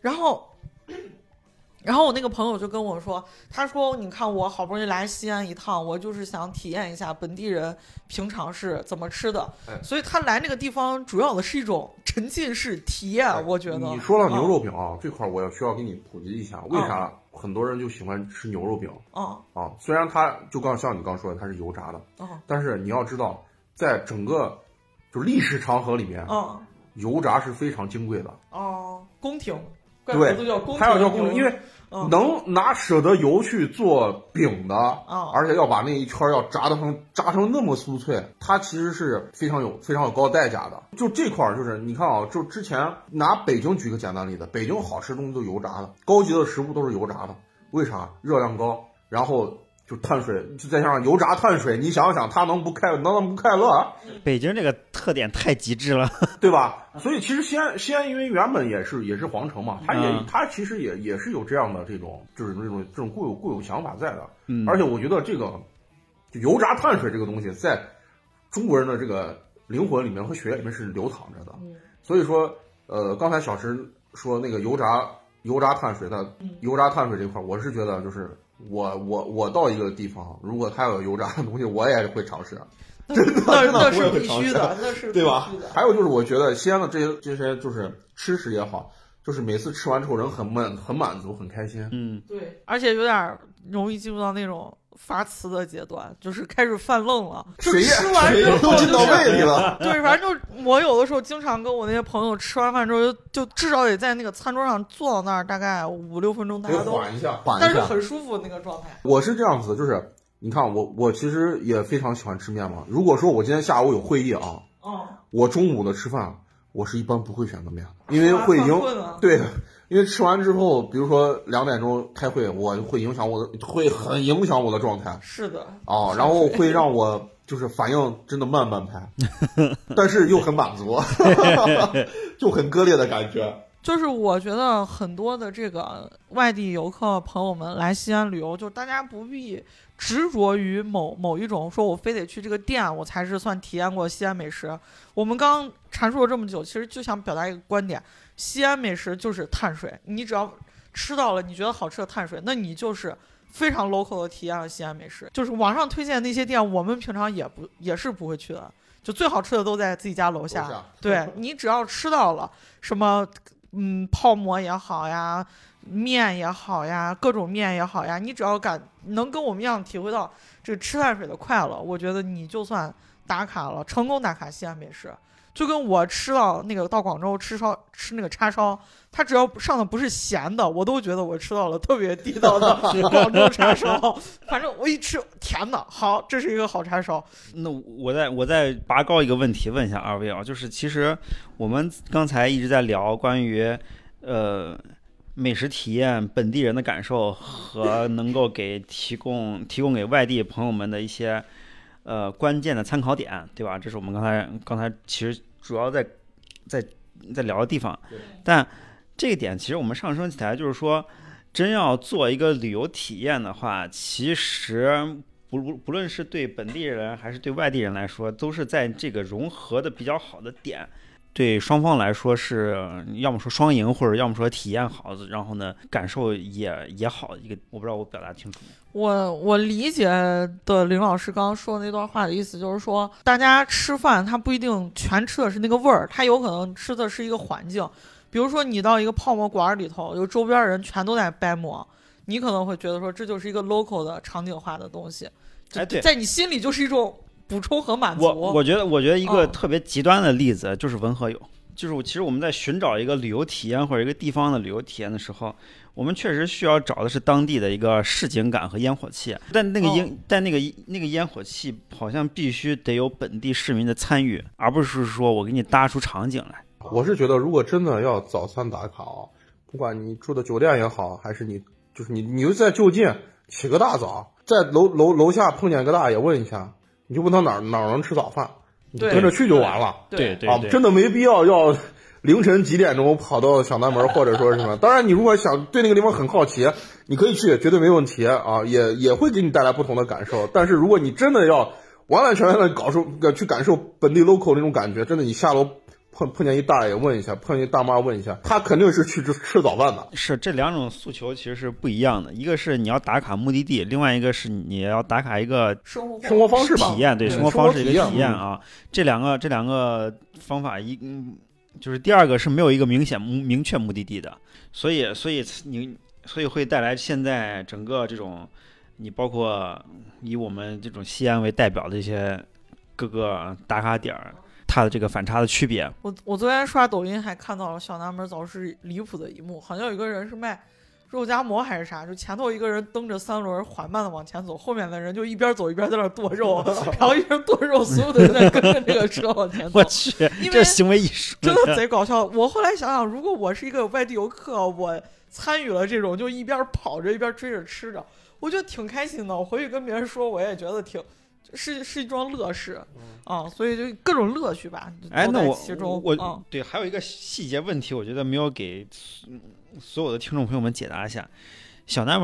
Speaker 3: 然后我那个朋友就跟我说，他说你看我好不容易来西安一趟，我就是想体验一下本地人平常是怎么吃的，所以他来那个地方主要的是一种沉浸式体验，我觉得。
Speaker 5: 你说到牛肉饼啊，这块我也需要给你普及一下，为啥很多人就喜欢吃牛肉饼？虽然它就像你刚说的，它是油炸的，但是你要知道，在整个就历史长河里面，油炸是非常金贵的。
Speaker 3: 宫廷。
Speaker 5: 对，它要叫宫廷，因为能舍得油去做饼的，而且要把那一圈要炸成那么酥脆，它其实是非常有高代价的。就这块就是你看啊，就之前拿北京举个简单例子，北京好吃的东西都油炸的，高级的食物都是油炸的，为啥？热量高，然后就碳水，就再加上油炸碳水，你想想它能不快乐？
Speaker 4: 北京这个特点太极致了，
Speaker 5: 对吧？所以其实西安因为原本也是皇城嘛，它其实也是有这样的这种固有想法在的。而且我觉得这个就油炸碳水这个东西，在中国人的这个灵魂里面和血液里面是流淌着的。所以说，刚才小石说那个油炸碳水这块，我是觉得就是我到一个地方，如果它有油炸的东西，我也会尝试。
Speaker 3: 那是必须的，那是
Speaker 5: 对吧？还有就是我觉得西安的这些就是吃食也好，就是每次吃完之后人很满足很开心。
Speaker 3: 对，而且有点容易进入到那种发词的阶段，就是开始犯愣了，就吃完之后
Speaker 5: 都进到胃里了。
Speaker 3: 对，反正就我有的时候经常跟我那些朋友吃完饭之后，就至少得在那个餐桌上坐到那儿大概5-6分钟，大家都
Speaker 5: 缓一下，
Speaker 3: 但是很舒服那个状态。
Speaker 5: 我是这样子的，就是你看我其实也非常喜欢吃面嘛。如果说我今天下午有会议啊，我中午的吃饭我是一般不会选择面，因为会对，因为吃完之后，比如说2点钟开会，我会很影响我的状态。
Speaker 3: 是的
Speaker 5: 然后会让我就是反应真的慢拍，但是又很满足，就很割裂的感觉。
Speaker 3: 就是我觉得很多的这个外地游客朋友们来西安旅游，就大家不必执着于某一种，说我非得去这个店我才是算体验过西安美食。我们刚阐述了这么久，其实就想表达一个观点，西安美食就是碳水，你只要吃到了你觉得好吃的碳水，那你就是非常 local 的体验了西安美食。就是网上推荐那些店，我们平常也是不会去的，就最好吃的都在自己家楼下。对，你只要吃到了什么泡馍也好呀，面也好呀，各种面也好呀，你只要能跟我们一样体会到这个吃碳水的快乐，我觉得你就算打卡了，成功打卡西安美食。就跟我到广州吃那个叉烧，它只要上的不是咸的，我都觉得我吃到了特别地道的广州叉烧。反正我一吃甜的，好，这是一个好叉烧。
Speaker 4: 那我再拔高一个问题问一下二位啊，就是其实我们刚才一直在聊关于美食体验本地人的感受和能够提供给外地朋友们的一些关键的参考点，对吧？这是我们刚才其实主要在聊的地方。但这个点其实我们上升起来，就是说，真要做一个旅游体验的话，其实不论是对本地人还是对外地人来说，都是在这个融合的比较好的点。对双方来说是要么说双赢，或者要么说体验好，然后呢感受也好。一个我不知道我表达清楚没？
Speaker 3: 我理解的林老师刚刚说的那段话的意思就是说，大家吃饭他不一定全吃的是那个味儿，他有可能吃的是一个环境。比如说你到一个泡馍馆里头，有周边人全都在掰馍，你可能会觉得说这就是一个 local 的场景化的东西，
Speaker 4: 对，
Speaker 3: 在你心里就是一种补充和满足。
Speaker 4: 我觉得一个特别极端的例子就是文和友。就是其实我们在寻找一个旅游体验或者一个地方的旅游体验的时候，我们确实需要找的是当地的一个市井感和烟火气，但那个烟火气好像必须得有本地市民的参与，而不是说我给你搭出场景来。
Speaker 5: 我是觉得，如果真的要早餐打卡不管你住的酒店也好，还是你就在就近起个大早，在楼下碰见个大爷问一下，你就问他哪能吃早饭，你跟着去就完了。
Speaker 3: 对
Speaker 5: 真的没必要凌晨几点钟跑到小南门或者说是什么。当然，你如果想对那个地方很好奇，你可以去，绝对没问题啊，也会给你带来不同的感受。但是如果你真的要完完全全的去感受本地 local 那种感觉，真的你下楼碰见一大爷问一下，碰见一大妈问一下，他肯定是去吃早饭的。
Speaker 4: 是这两种诉求其实是不一样的，一个是你要打卡目的地，另外一个是你要打卡一个
Speaker 3: 生
Speaker 5: 活方式吧，
Speaker 4: 体验，对，生活方式一个体验啊。这两个方法就是第二个是没有一个明确目的地的，所以会带来现在整个这种，你包括以我们这种西安为代表的一些各个打卡点儿。它的这个反差的区别，
Speaker 3: 我昨天刷抖音还看到了小南门早市离谱的一幕，好像有一个人是卖肉夹馍还是啥，就前头一个人蹬着3轮缓慢的往前走，后面的人就一边走一边在那剁肉，然后一边剁肉，所有的人在跟着这个车往前走。
Speaker 4: 我去，这行为艺术
Speaker 3: 真的贼搞笑。我后来想想，如果我是一个外地游客，我参与了这种就一边跑着一边追着吃着，我觉得挺开心的。我回去跟别人说，我也觉得是一桩乐事啊，所以就各种乐趣吧。
Speaker 4: 哎，那
Speaker 3: 我
Speaker 4: 对，还有一个细节问题，我觉得没有给所有的听众朋友们解答一下。小南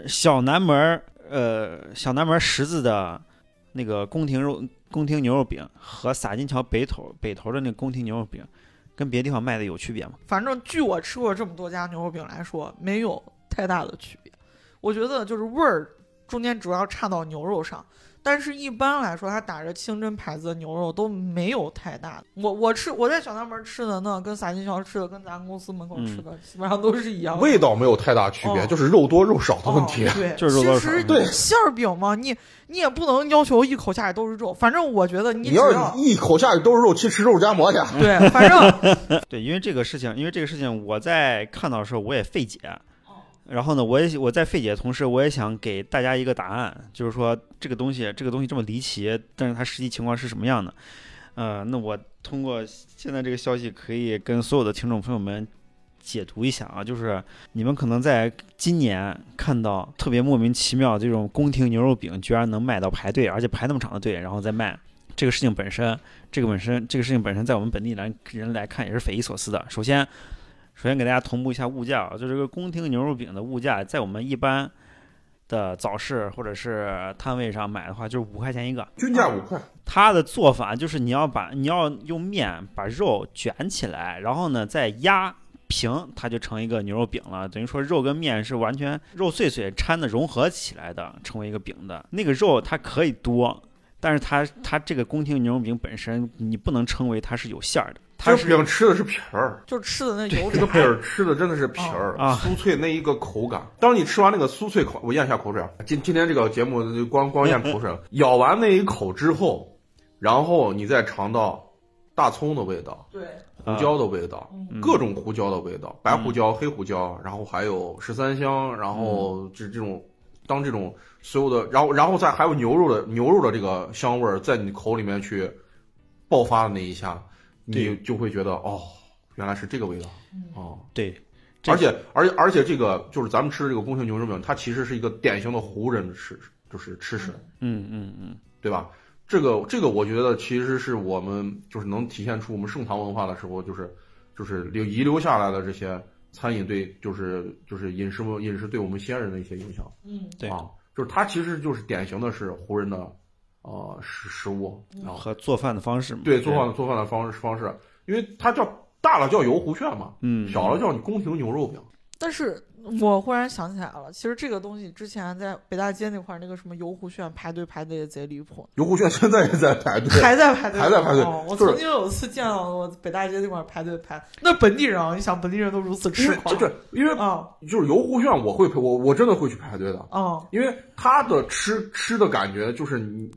Speaker 4: 门十字的那个宫廷牛肉饼和洒金桥北头的那个宫廷牛肉饼，跟别的地方卖的有区别吗？
Speaker 3: 反正据我吃过这么多家牛肉饼来说，没有太大的区别。我觉得就是味儿中间主要差到牛肉上。但是一般来说，它打着清真牌子的牛肉都没有太大的。我在小南门吃的那跟洒金桥吃的跟咱公司门口吃的基本上都是一样的，
Speaker 5: 味道没有太大区别，就是肉多肉少的问题。
Speaker 3: 对，
Speaker 4: 就是肉多肉少。
Speaker 3: 其实对馅儿饼嘛，你也不能要求一口下去都是肉，反正我觉得你
Speaker 5: 要一口下去都是肉，去吃肉夹馍去。
Speaker 3: 对，反正
Speaker 4: 对，因为这个事情我在看到的时候我也费解。然后呢，我在费解的同时，我也想给大家一个答案，就是说这个东西这么离奇，但是它实际情况是什么样的？那我通过现在这个消息，可以跟所有的听众朋友们解读一下啊，就是你们可能在今年看到特别莫名其妙这种宫廷牛肉饼居然能卖到排队，而且排那么长的队，然后再卖。这个事情本身在我们本地人来看也是匪夷所思的。首先给大家同步一下物价啊，就这个宫廷牛肉饼的物价，在我们一般的早市或者是摊位上买的话，就是5块钱一个，
Speaker 5: 均价5块。
Speaker 4: 它的做法就是你要用面把肉卷起来，然后呢再压平，它就成一个牛肉饼了。等于说肉跟面是完全肉碎碎掺的融合起来的，成为一个饼的。那个肉它可以多，但是它这个宫廷牛肉饼本身，你不能称为它是有馅儿的。
Speaker 5: 这饼吃的是皮儿，
Speaker 3: 就吃的那油
Speaker 5: 这个饼吃的真的是皮儿啊，酥脆那一个口感。当你吃完那个酥脆口，我咽下口水啊！今天这个节目就光咽口水了。咬完那一口之后，然后你再尝到大葱的味道，
Speaker 3: 对，
Speaker 5: 胡椒的味道，各种胡椒的味道，白胡椒、黑胡椒，然后还有13香，然后这种当这种所有的，然后再还有牛肉的这个香味在你口里面去爆发的那一下。你就会觉得原来是这个味道
Speaker 4: 对，
Speaker 5: 而且这个就是咱们吃的这个宫廷牛肉饼，它其实是一个典型的湖人的就是吃食，对吧？这个我觉得其实是我们就是能体现出我们盛唐文化的时候，就是遗留下来的这些餐饮对就是饮食对我们西安人的一些影响，
Speaker 4: 对
Speaker 5: 就是它其实就是典型的是湖人的。食物
Speaker 4: 和做饭的方式嘛，
Speaker 5: 对，做饭的方式，因为它大了叫油湖炫嘛，小了叫你宫廷牛肉饼。
Speaker 3: 但是我忽然想起来了，其实这个东西之前在北大街那块那个什么油湖炫排队也贼离谱。
Speaker 5: 油湖炫现在也在排队，
Speaker 3: 还在排队。
Speaker 5: 我
Speaker 3: 曾经有一次见到我北大街那块排队排，那本地人你想本地人都如此痴狂，
Speaker 5: 因为就是油湖炫我真的会去排队的因为它的吃的感觉就是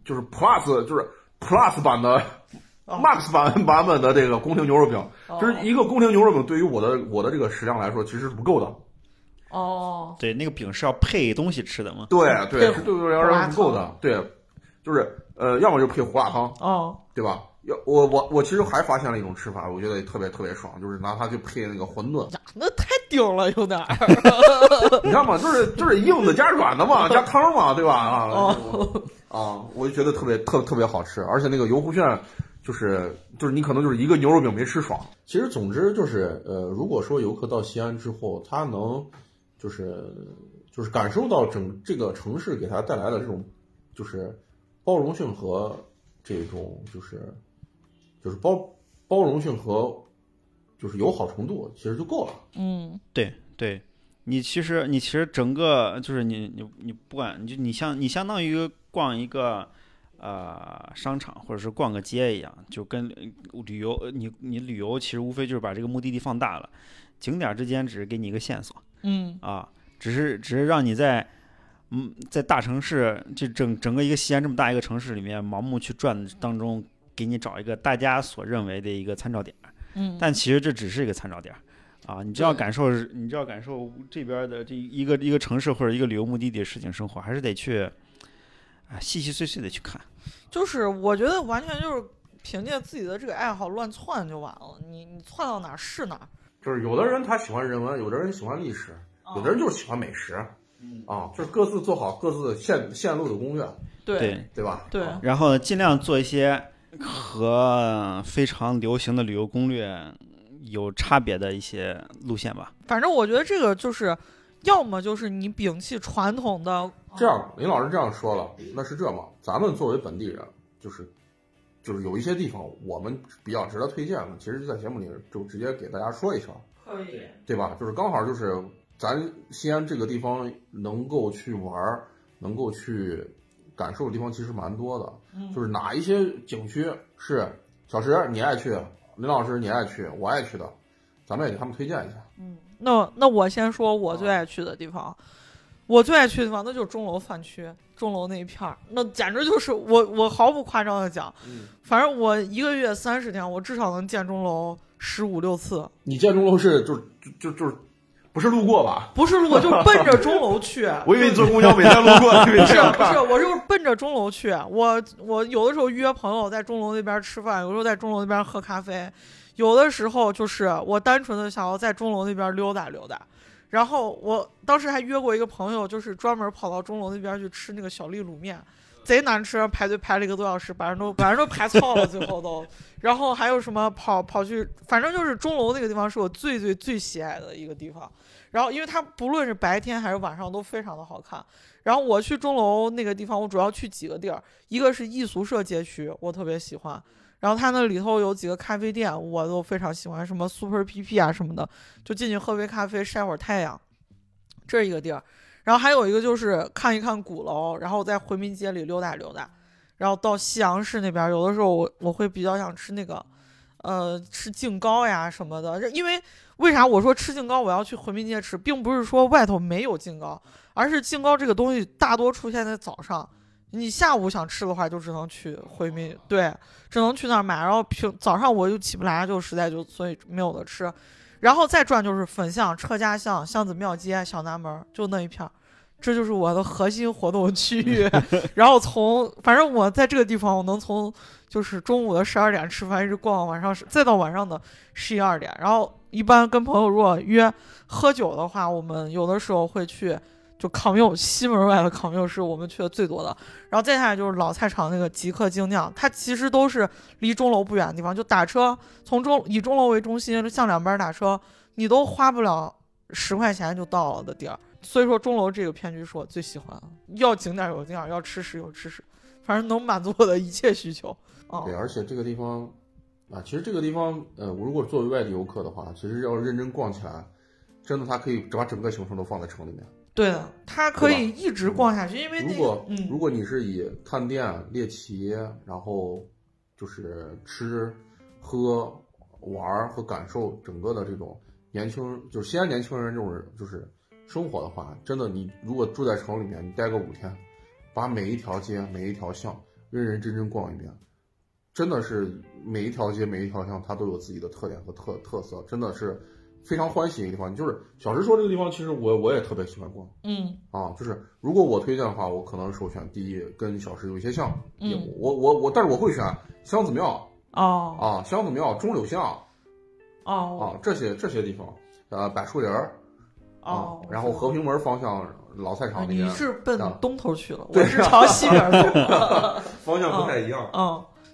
Speaker 5: plus 版的。Max 版本的这个宫廷牛肉饼，就是一个宫廷牛肉饼，对于我的这个食量来说，其实是不够的。
Speaker 4: 对，那个饼是要配东西吃的嘛？
Speaker 5: 对，是对我来说不够的。对，就是要么就配胡辣汤，对吧？我其实还发现了一种吃法，我觉得也特别特别爽，就是拿它去配那个馄饨。
Speaker 3: 那太顶了，有点儿。
Speaker 5: 你看嘛，就是硬的加软的嘛，加汤嘛，对吧？我就觉得特别好吃，而且那个油湖炫。 就是你可能就是一个牛肉饼没吃爽。其实总之就是如果说游客到西安之后，他能就是感受到这个城市给他带来的这种就是包容性和这种就是包容性和就是友好程度，其实就够了。
Speaker 4: 对，你其实整个就是你不管你相当于逛一个商场或者是逛个街一样，就跟旅游你旅游其实无非就是把这个目的地放大了，景点之间只是给你一个线索，只是让你在大城市这整个一个西安这么大一个城市里面盲目去转当中，给你找一个大家所认为的一个参照点，但其实这只是一个参照点你就要感受这边的这一个城市或者一个旅游目的地的市井生活，还是得去细细碎碎的去看。
Speaker 3: 就是我觉得完全就是凭借自己的这个爱好乱窜就完了，你窜到哪儿是哪儿。
Speaker 5: 就是有的人他喜欢人文，有的人喜欢历史，有的人就是喜欢美食，就是各自做好各自线路的攻略，对吧？
Speaker 3: 对，
Speaker 4: 然后尽量做一些和非常流行的旅游攻略有差别的一些路线吧。
Speaker 3: 反正我觉得这个就是要么就是你摒弃传统的，
Speaker 5: 这样林老师这样说了，那是这么，咱们作为本地人，就是有一些地方我们比较值得推荐的，其实就在节目里就直接给大家说一声，
Speaker 3: 可以，
Speaker 5: 对吧？就是刚好就是咱西安这个地方能够去玩，能够去感受的地方其实蛮多的，就是哪一些景区是小石你爱去，林老师你爱去，我爱去的，咱们也给他们推荐一下。
Speaker 3: 那我先说我最爱去的地方，我最爱去的地方那就是钟楼饭区，钟楼那一片儿，那简直就是我毫不夸张的讲，反正我一个月30天，我至少能见钟楼15、16次。你
Speaker 5: 见钟楼是就是不是路过吧？
Speaker 3: 不是路过，就是奔着钟楼去。
Speaker 5: 我以为你坐公交每天路过，
Speaker 3: 不是，我就是奔着钟楼去。我有的时候约朋友在钟楼那边吃饭，有时候在钟楼那边喝咖啡，有的时候就是我单纯的想要在钟楼那边溜达溜达。然后我当时还约过一个朋友，就是专门跑到钟楼那边去吃那个小粒卤面，贼难吃，排队排了1个多小时，把人都排操了，最后都。然后还有什么跑去，反正就是钟楼那个地方是我最喜爱的一个地方。然后因为它不论是白天还是晚上都非常的好看。然后我去钟楼那个地方，我主要去几个地儿，一个是艺俗社街区，我特别喜欢。然后它那里头有几个咖啡店，我都非常喜欢，什么 Super PP 啊什么的，就进去喝杯咖啡晒会儿太阳，这是一个地儿。然后还有一个就是看一看鼓楼，然后在回民街里溜达溜达，然后到西洋市那边，有的时候我会比较想吃那个吃净糕呀什么的。因为为啥我说吃净糕我要去回民街吃，并不是说外头没有净糕，而是净糕这个东西大多出现在早上，你下午想吃的话就只能去回民，对，只能去那儿买。然后早上我又起不来，就实在所以没有的吃。然后再转就是粉巷、车家巷、巷子庙街、小南门，就那一片，这就是我的核心活动区域。然后反正我在这个地方，我能从就是中午的12点吃饭，一直逛晚上，再到晚上的11、12点。然后一般跟朋友如果约喝酒的话，我们有的时候会去就康佑，西门外的康佑是我们去的最多的。然后再下来就是老菜场那个极客精酿，它其实都是离钟楼不远的地方，就打车从以钟楼为中心向两边打车，你都花不了10块钱就到了的地儿。所以说钟楼这个片区是我最喜欢的，要景点有景点，要吃食有吃食，反正能满足我的一切需求。
Speaker 5: 对，而且这个地方其实这个地方如果作为外地游客的话，其实要认真逛起来，真的它可以把整个行程都放在城里面。
Speaker 3: 对的，它可以一直逛下去，因为
Speaker 5: 如果你是以看店、猎奇，然后就是吃、喝、玩和感受整个的这种就是西安年轻人这种就是生活的话，真的你如果住在城里面，你待个5天，把每一条街、每一条巷认认真真逛一遍，真的是每一条街、每一条巷它都有自己的特点和特色，真的是非常欢喜一个地方。就是小石说这个地方，其实我也特别喜欢逛。就是如果我推荐的话，我可能首选第一，跟小石有一些像。但是我会选箱子庙。箱子庙、钟柳巷。这些地方，柏树林然后和平门方向老菜场那边。
Speaker 3: 你是奔东头去了，我是朝西边走。
Speaker 5: 方向不太一样。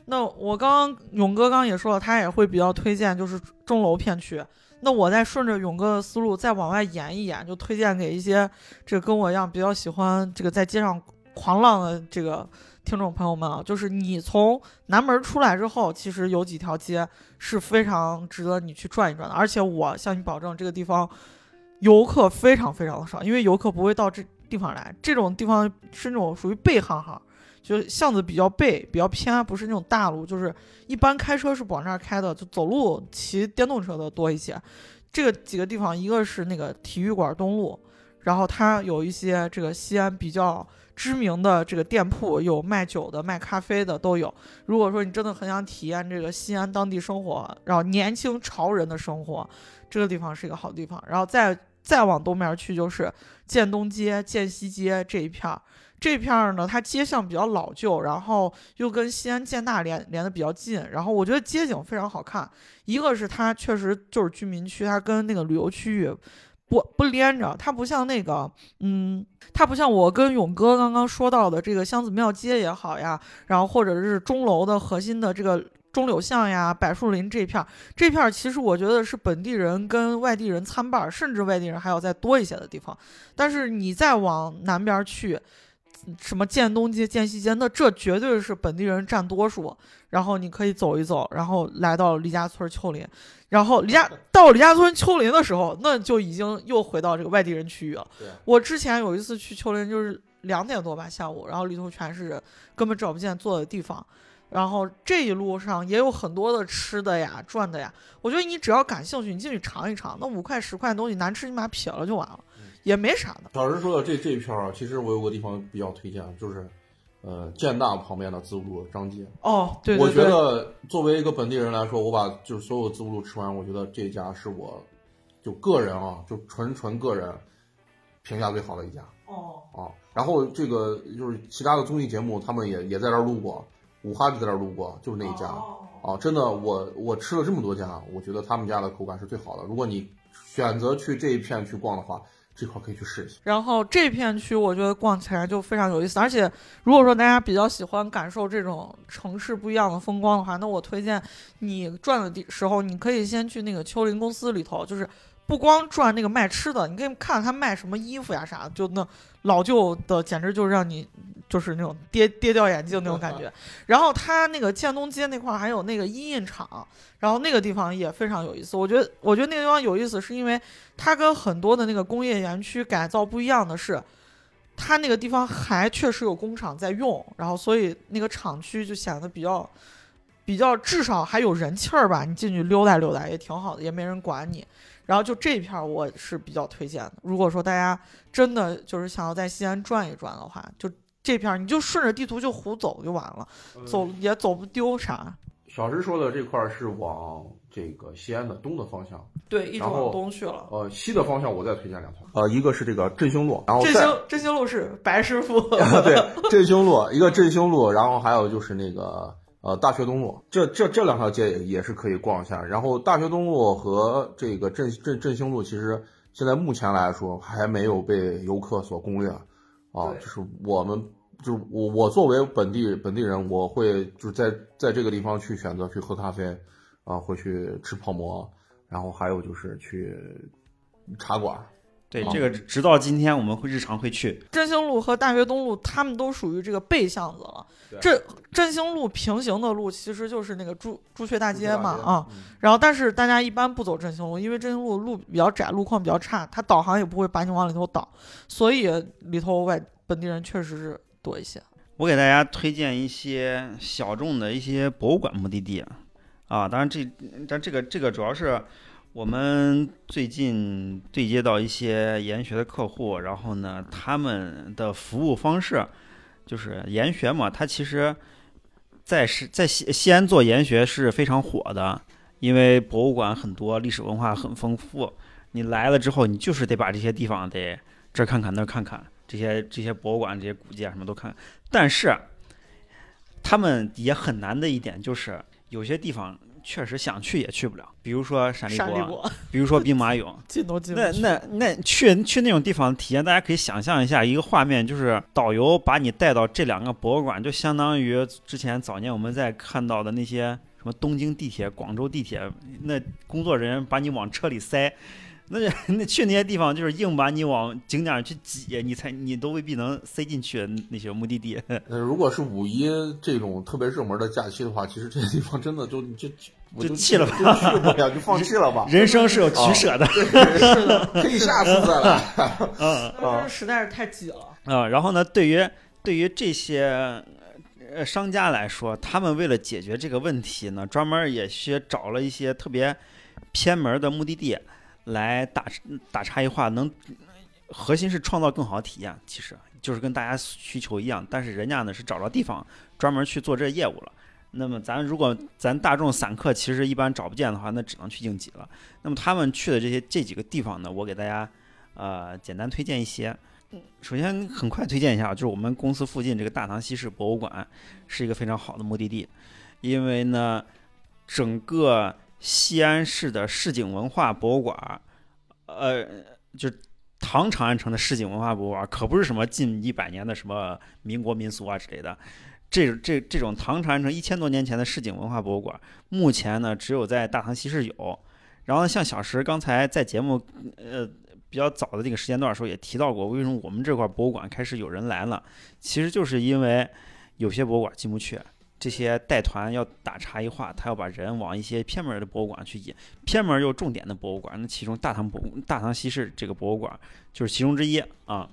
Speaker 3: 那我勇哥刚也说了，他也会比较推荐就是钟楼片区。那我再顺着勇哥的思路再往外延一延，就推荐给一些这个跟我一样比较喜欢这个在街上狂浪的这个听众朋友们啊，就是你从南门出来之后，其实有几条街是非常值得你去转一转的，而且我向你保证，这个地方游客非常非常的少，因为游客不会到这地方来，这种地方是那种属于背行行。就巷子比较背，比较偏，不是那种大路，就是一般开车是不往这儿开的，就走路骑电动车的多一些。这个几个地方，一个是那个体育馆东路，然后它有一些这个西安比较知名的这个店铺，有卖酒的、卖咖啡的都有。如果说你真的很想体验这个西安当地生活，然后年轻潮人的生活，这个地方是一个好地方。然后再往东面去就是建东街、建西街这一片儿。这片呢，它街巷比较老旧，然后又跟西安建大连得比较近，然后我觉得街景非常好看。一个是它确实就是居民区，它跟那个旅游区域不连着，它不像那个它不像我跟勇哥刚刚说到的这个香子庙街也好呀，然后或者是钟楼的核心的这个钟柳巷呀、柏树林这片其实我觉得是本地人跟外地人参半，甚至外地人还要再多一些的地方。但是你再往南边去，什么建东街、建西街，那这绝对是本地人占多数。然后你可以走一走，然后来到李家村丘陵，然后到李家村丘陵的时候，那就已经又回到这个外地人区域了。我之前有一次去丘陵，就是2点多吧下午，然后里头全是人，根本找不见坐的地方。然后这一路上也有很多的吃的呀、转的呀。我觉得你只要感兴趣，你进去尝一尝，那5块10块的东西难吃，你把它撇了就完了。也没啥的。
Speaker 5: 小石说的这一片啊，其实我有个地方比较推荐，就是建大旁边的自助路张街。
Speaker 3: 哦，对，
Speaker 5: 我觉得作为一个本地人来说，我把就是所有自助路吃完，我觉得这家是我就个人啊，就纯个人评价最好的一家。然后这个就是其他的综艺节目，他们也在这儿录过，五花就在这儿录过，就是那一家。真的，我吃了这么多家，我觉得他们家的口感是最好的。如果你选择去这一片去逛的话，这块可以去试一下。然后这片区我觉得逛起来就非常有意思，而且如果说大家比较喜欢感受这种城市不一样的风光的话，那我推荐你转的时候，你可以先去那个丘陵公司里头，就是不光转那个卖吃的，你可以看他卖什么衣服呀啥，就那老旧的简直就让你就是那种跌掉眼镜那种感觉。然后他那个建东街那块还有那个印印厂，然后那个地方也非常有意思。我觉得那个地方有意思是因为它跟很多的那个工业园区改造不一样的是，它那个地方还确实有工厂在用，然后所以那个厂区就显得比较至少还有人气儿吧，你进去溜达溜达也挺好的，也没人管你。然后就这一片我是比较推荐的，如果说大家真的就是想要在西安转一转的话，就这片你就顺着地图就胡走就完了，走也走不丢啥。小石说的这块是往这个西安的东的方向，对，一直往东去了。西的方向我再推荐2条，一个是这个振兴路，然后振兴路是白师傅，对，振兴路一个振兴路，然后还有就是那个大学东路，这2条街也是可以逛一下。然后大学东路和这个振兴路，其实现在目前来说还没有被游客所攻略就是我作为本地人，我会就是在这个地方去选择去喝咖啡，会去吃泡馍，然后还有就是去茶馆。对，这个直到今天我们日常会去振兴路和大学东路，他们都属于这个背巷子了。振兴路平行的路其实就是那个朱雀大街嘛然后但是大家一般不走振兴路，因为振兴路比较窄，路况比较差，它导航也不会把你往里头导，所以里头本地人确实是多一些。我给大家推荐一些小众的一些博物馆目的地当然这个主要是我们最近对接到一些研学的客户，然后呢他们的服务方式就是研学嘛，它其实在西安做研学是非常火的，因为博物馆很多，历史文化很丰富，你来了之后你就是得把这些地方得这看看那看看，这些博物馆这些古迹什么都看。但是他们也很难的一点就是有些地方
Speaker 4: 确实想去也去不了，比如说山
Speaker 3: 山
Speaker 4: 里泊，比如说兵马俑，
Speaker 3: 进都进不去。
Speaker 4: 那去那种地方体验，大家可以想象一下一个画面，就是导游把你带到这2个博物馆，就相当于之前早年我们在看到的那些什么东京地铁、广州地铁，那工作人员把你往车里塞。那去那些地方就是硬把你往景点去挤，你都未必能塞进去那些目的地。
Speaker 5: 如果是五一这种特别热门的假期的话，其实这些地方真的就
Speaker 4: 弃了吧，
Speaker 5: 就去不了，就放弃了吧。
Speaker 4: 人生是有取舍的，
Speaker 5: 是的，可以下次再来。
Speaker 3: 那实在是太挤了。
Speaker 4: 然后呢，对于这些商家来说，他们为了解决这个问题呢，专门也是找了一些特别偏门的目的地。来打差异化，核心是创造更好的体验，其实就是跟大家需求一样，但是人家呢是找到地方专门去做这业务了。那么如果咱大众散客其实一般找不见的话，那只能去应急了。那么他们去的这几个地方呢，我给大家简单推荐一些。首先很快推荐一下，就是我们公司附近这个大唐西市博物馆是一个非常好的目的地，因为呢整个西安市的市井文化博物馆，就是唐长安城的市井文化博物馆，可不是什么近100年的什么民国民俗啊之类的。这种唐长安城1000多年前的市井文化博物馆，目前呢只有在大唐西市有。然后像小石刚才在节目比较早的这个时间段的时候也提到过，为什么我们这块博物馆开始有人来了，其实就是因为有些博物馆进不去。这些带团要打差异化，他要把人往一些偏门的博物馆去引，偏门又重点的博物馆，那其中大唐西市这个博物馆就是其中之一啊。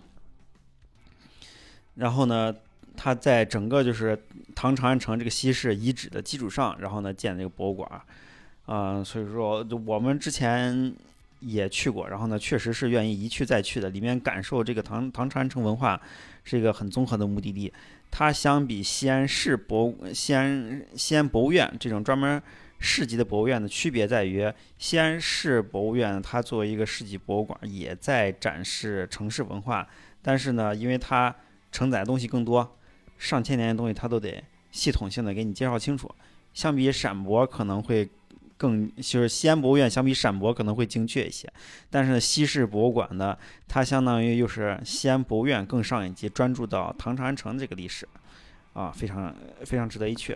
Speaker 4: 然后呢，它在整个就是唐长安城这个西市遗址的基础上，然后呢建这个博物馆，所以说我们之前也去过，然后呢确实是愿意一去再去的，里面感受这个唐长安城文化是一个很综合的目的地。它相比西安博物院这种专门市级的博物院的区别在于，西安市博物院它作为一个市级博物馆，也在展示城市文化，但是呢，因为它承载的东西更多，上千年的东西它都得系统性的给你介绍清楚。相比陕博可能会就是西安博物院相比陕博可能会精确一些，但是西市博物馆呢，它相当于又是西安博物院更上一级，专注到唐长安城这个历史，非常非常值得一去。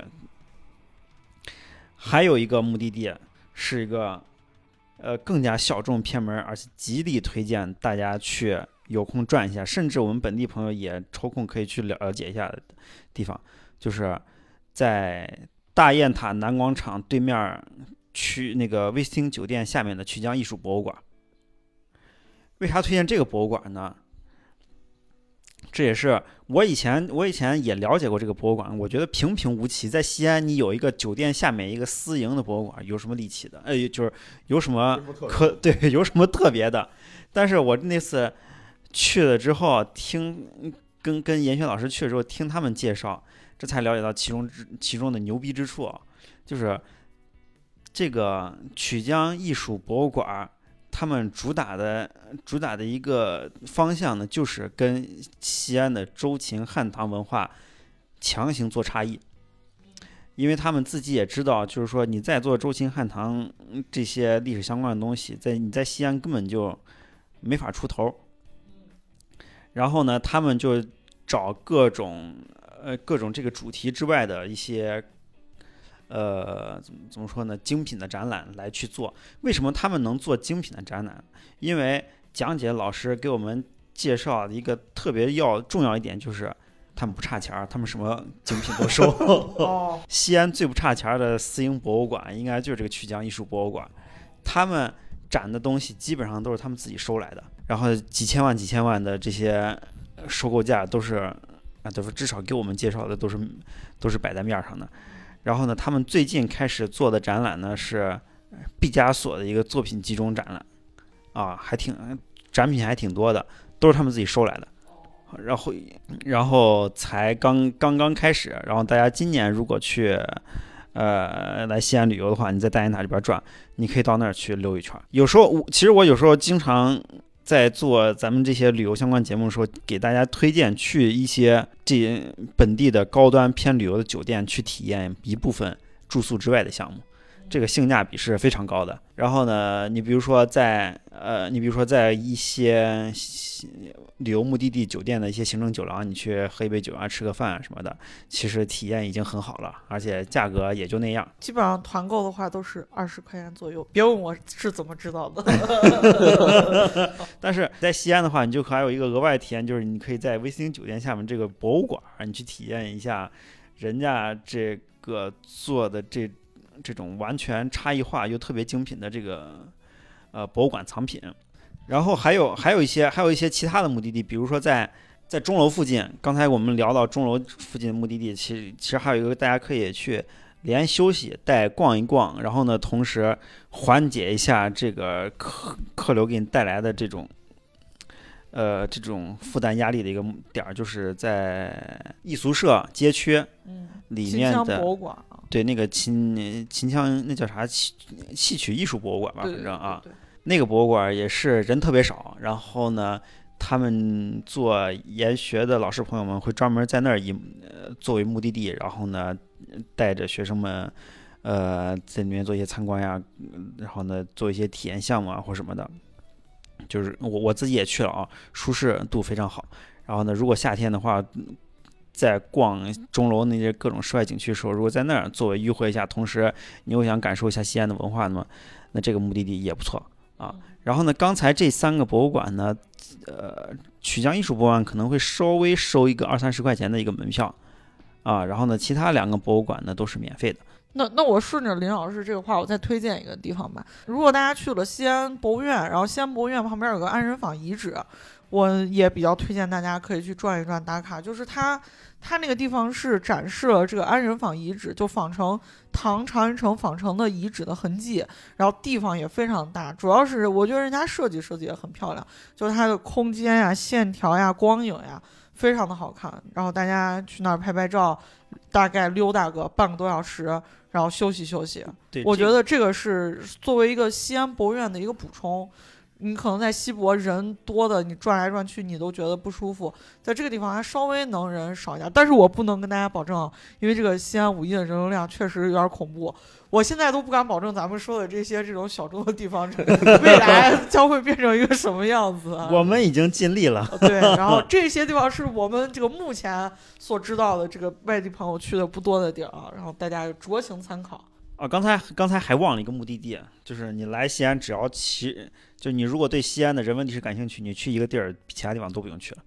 Speaker 4: 还有一个目的地是一个更加小众偏门，而且极力推荐大家去有空转一下，甚至我们本地朋友也抽空可以去了解一下的地方，就是在大雁塔南广场对面去那个威斯汀酒店下面的曲江艺术博物馆。为啥推荐这个博物馆呢？这也是我以前也了解过这个博物馆，我觉得平平无奇。在西安，你有一个酒店下面一个私营的博物馆，有什么离奇的？就是有什么有什么特别的？但是我那次去了之后，跟严轩老师去的时候，听他们介绍，这才了解到其中的牛逼之处，就是这个曲江艺术博物馆。他们主打的一个方向呢，就是跟西安的周秦汉唐文化强行做差异，因为他们自己也知道，就是说你在做周秦汉唐这些历史相关的东西，你在西安根本就没法出头。然后呢，他们就找各种这个主题之外的一些。怎么说呢？精品的展览来去做。为什么他们能做精品的展览？因为讲解老师给我们介绍的一个特别重要一点就是他们不差钱，他们什么精品都收。西安最不差钱的私营博物馆应该就是这个曲江艺术博物馆，他们展的东西基本上都是他们自己收来的，然后几千万的这些收购价都是至少给我们介绍的都是摆在面上的。然后呢，他们最近开始做的展览呢是毕加索的一个作品集中展览，展品还挺多的，都是他们自己收来的。然后才刚开始。然后大家今年如果去来西安旅游的话，你在大雁塔里边转，你可以到那儿去溜一圈。其实我有时候经常在做咱们这些旅游相关节目的时候，给大家推荐去一些这本地的高端偏旅游的酒店去体验一部分住宿之外的项目。 这个性价比是非常高的。然后呢，你比如说在一些旅游目的地酒店的一些行政酒廊，你去喝一杯酒啊，吃个饭啊什么的，其实体验已经很好了，而且价格也就那样。
Speaker 3: 基本上团购的话都是20块钱左右，别问我是怎么知道的。
Speaker 4: 但是在西安的话，你就还有一个额外体验，就是你可以在威斯汀酒店下面这个博物馆，你去体验一下人家这个做的这种完全差异化又特别精品的这个博物馆藏品。然后还有一些其他的目的地，比如说在钟楼附近，刚才我们聊到钟楼附近的目的地，其实还有一个大家可以去连休息带逛一逛，然后呢同时缓解一下这个客流给你带来的这种负担压力的一个点，就是在艺俗社街区里面的
Speaker 3: 博物馆，
Speaker 4: 对，那个秦腔那叫啥戏曲艺术博物馆吧，反正啊，
Speaker 3: 对，
Speaker 4: 那个博物馆也是人特别少，然后呢，他们做研学的老师朋友们会专门在那儿作为目的地，然后呢，带着学生们在里面做一些参观呀，然后呢做一些体验项目啊或什么的。就是我自己也去了啊，舒适度非常好。然后呢，如果夏天的话，在逛钟楼那些各种室外景区的时候，如果在那儿作为迂回一下，同时你又想感受一下西安的文化，那这个目的地也不错啊。然后呢，刚才这3个博物馆呢，曲江艺术博物馆可能会稍微收一个20-30块钱的一个门票啊，然后呢，其他2个博物馆呢都是免费的。
Speaker 3: 那我顺着林老师这个话，我再推荐一个地方吧。如果大家去了西安博物院，然后西安博物院旁边有个安仁坊遗址，我也比较推荐大家可以去转一转打卡。就是它那个地方是展示了这个安仁坊遗址，就仿成唐长安城仿成的遗址的痕迹，然后地方也非常大，主要是我觉得人家设计也很漂亮，就是它的空间呀、线条呀、光影呀非常的好看。然后大家去那儿拍照，大概溜达个半个多小时，然后休息休息。
Speaker 4: 对，
Speaker 3: 我觉得这个是作为一个西安博物院的一个补充。你可能在西博人多的，你转来转去你都觉得不舒服，在这个地方还稍微能人少一点，但是我不能跟大家保证，因为这个西安5亿的人流量确实有点恐怖，我现在都不敢保证咱们说的这种小众的地方未来将会变成一个什么样子。
Speaker 4: 我们已经尽力了。
Speaker 3: 对，然后这些地方是我们这个目前所知道的这个外地朋友去的不多的地儿啊，然后大家酌情参考。
Speaker 4: 刚才还忘了一个目的地，就是你来西安只要就你如果对西安的人文历史感兴趣，你去一个地儿，其他地方都不用去了。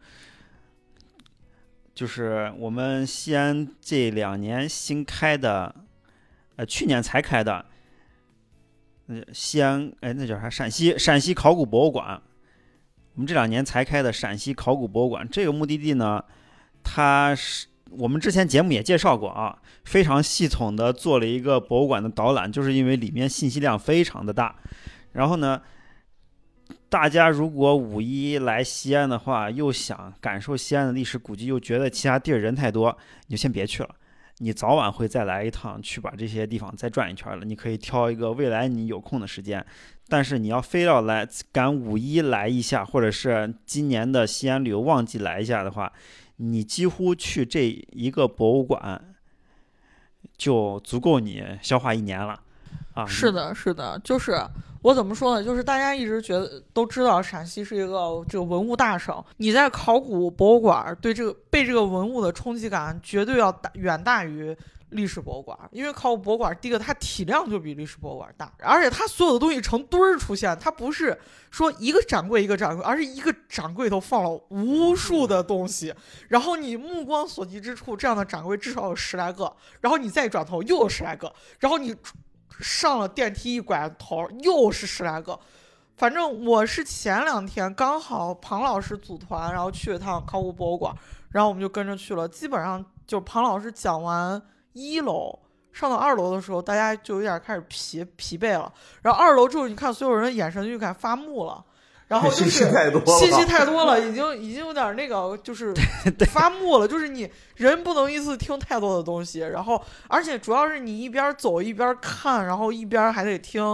Speaker 4: 就是我们西安这2年新开的，去年才开的，西安那叫啥？陕西考古博物馆。我们这2年才开的陕西考古博物馆，这个目的地呢，它是。我们之前节目也介绍过啊，非常系统的做了一个博物馆的导览，就是因为里面信息量非常的大。然后呢，大家如果5一来西安的话，又想感受西安的历史古迹，又觉得其他地儿人太多，你就先别去了。你早晚会再来一趟，去把这些地方再转一圈了。你可以挑一个未来你有空的时间，但是你要非要赶5一来一下，或者是今年的西安旅游旺季来一下的话，你几乎去这一个博物馆就足够你消化1年了啊！
Speaker 3: 是的，就是我怎么说呢？就是大家一直都知道陕西是一个这个文物大省，你在考古博物馆被这个文物的冲击感绝对要远大于历史博物馆，因为考古博物馆第一个它体量就比历史博物馆大，而且它所有的东西成堆儿出现，它不是说一个展柜，而是一个展柜头放了无数的东西，然后你目光所及之处，这样的展柜至少有10来个，然后你再转头又有10来个，然后你上了电梯一拐头又是10来个。反正我是前2天刚好庞老师组团，然后去一趟考古博物馆，然后我们就跟着去了，基本上就庞老师讲完1楼，上到2楼的时候，大家就有点开始疲惫了。然后2楼之后，你看所有人的眼神就开始发木了，然后就是信息太多了，已经有点那个就是发木了，就是你人不能一次听太多的东西，然后而且主要是你一边走一边看，然后一边还得听，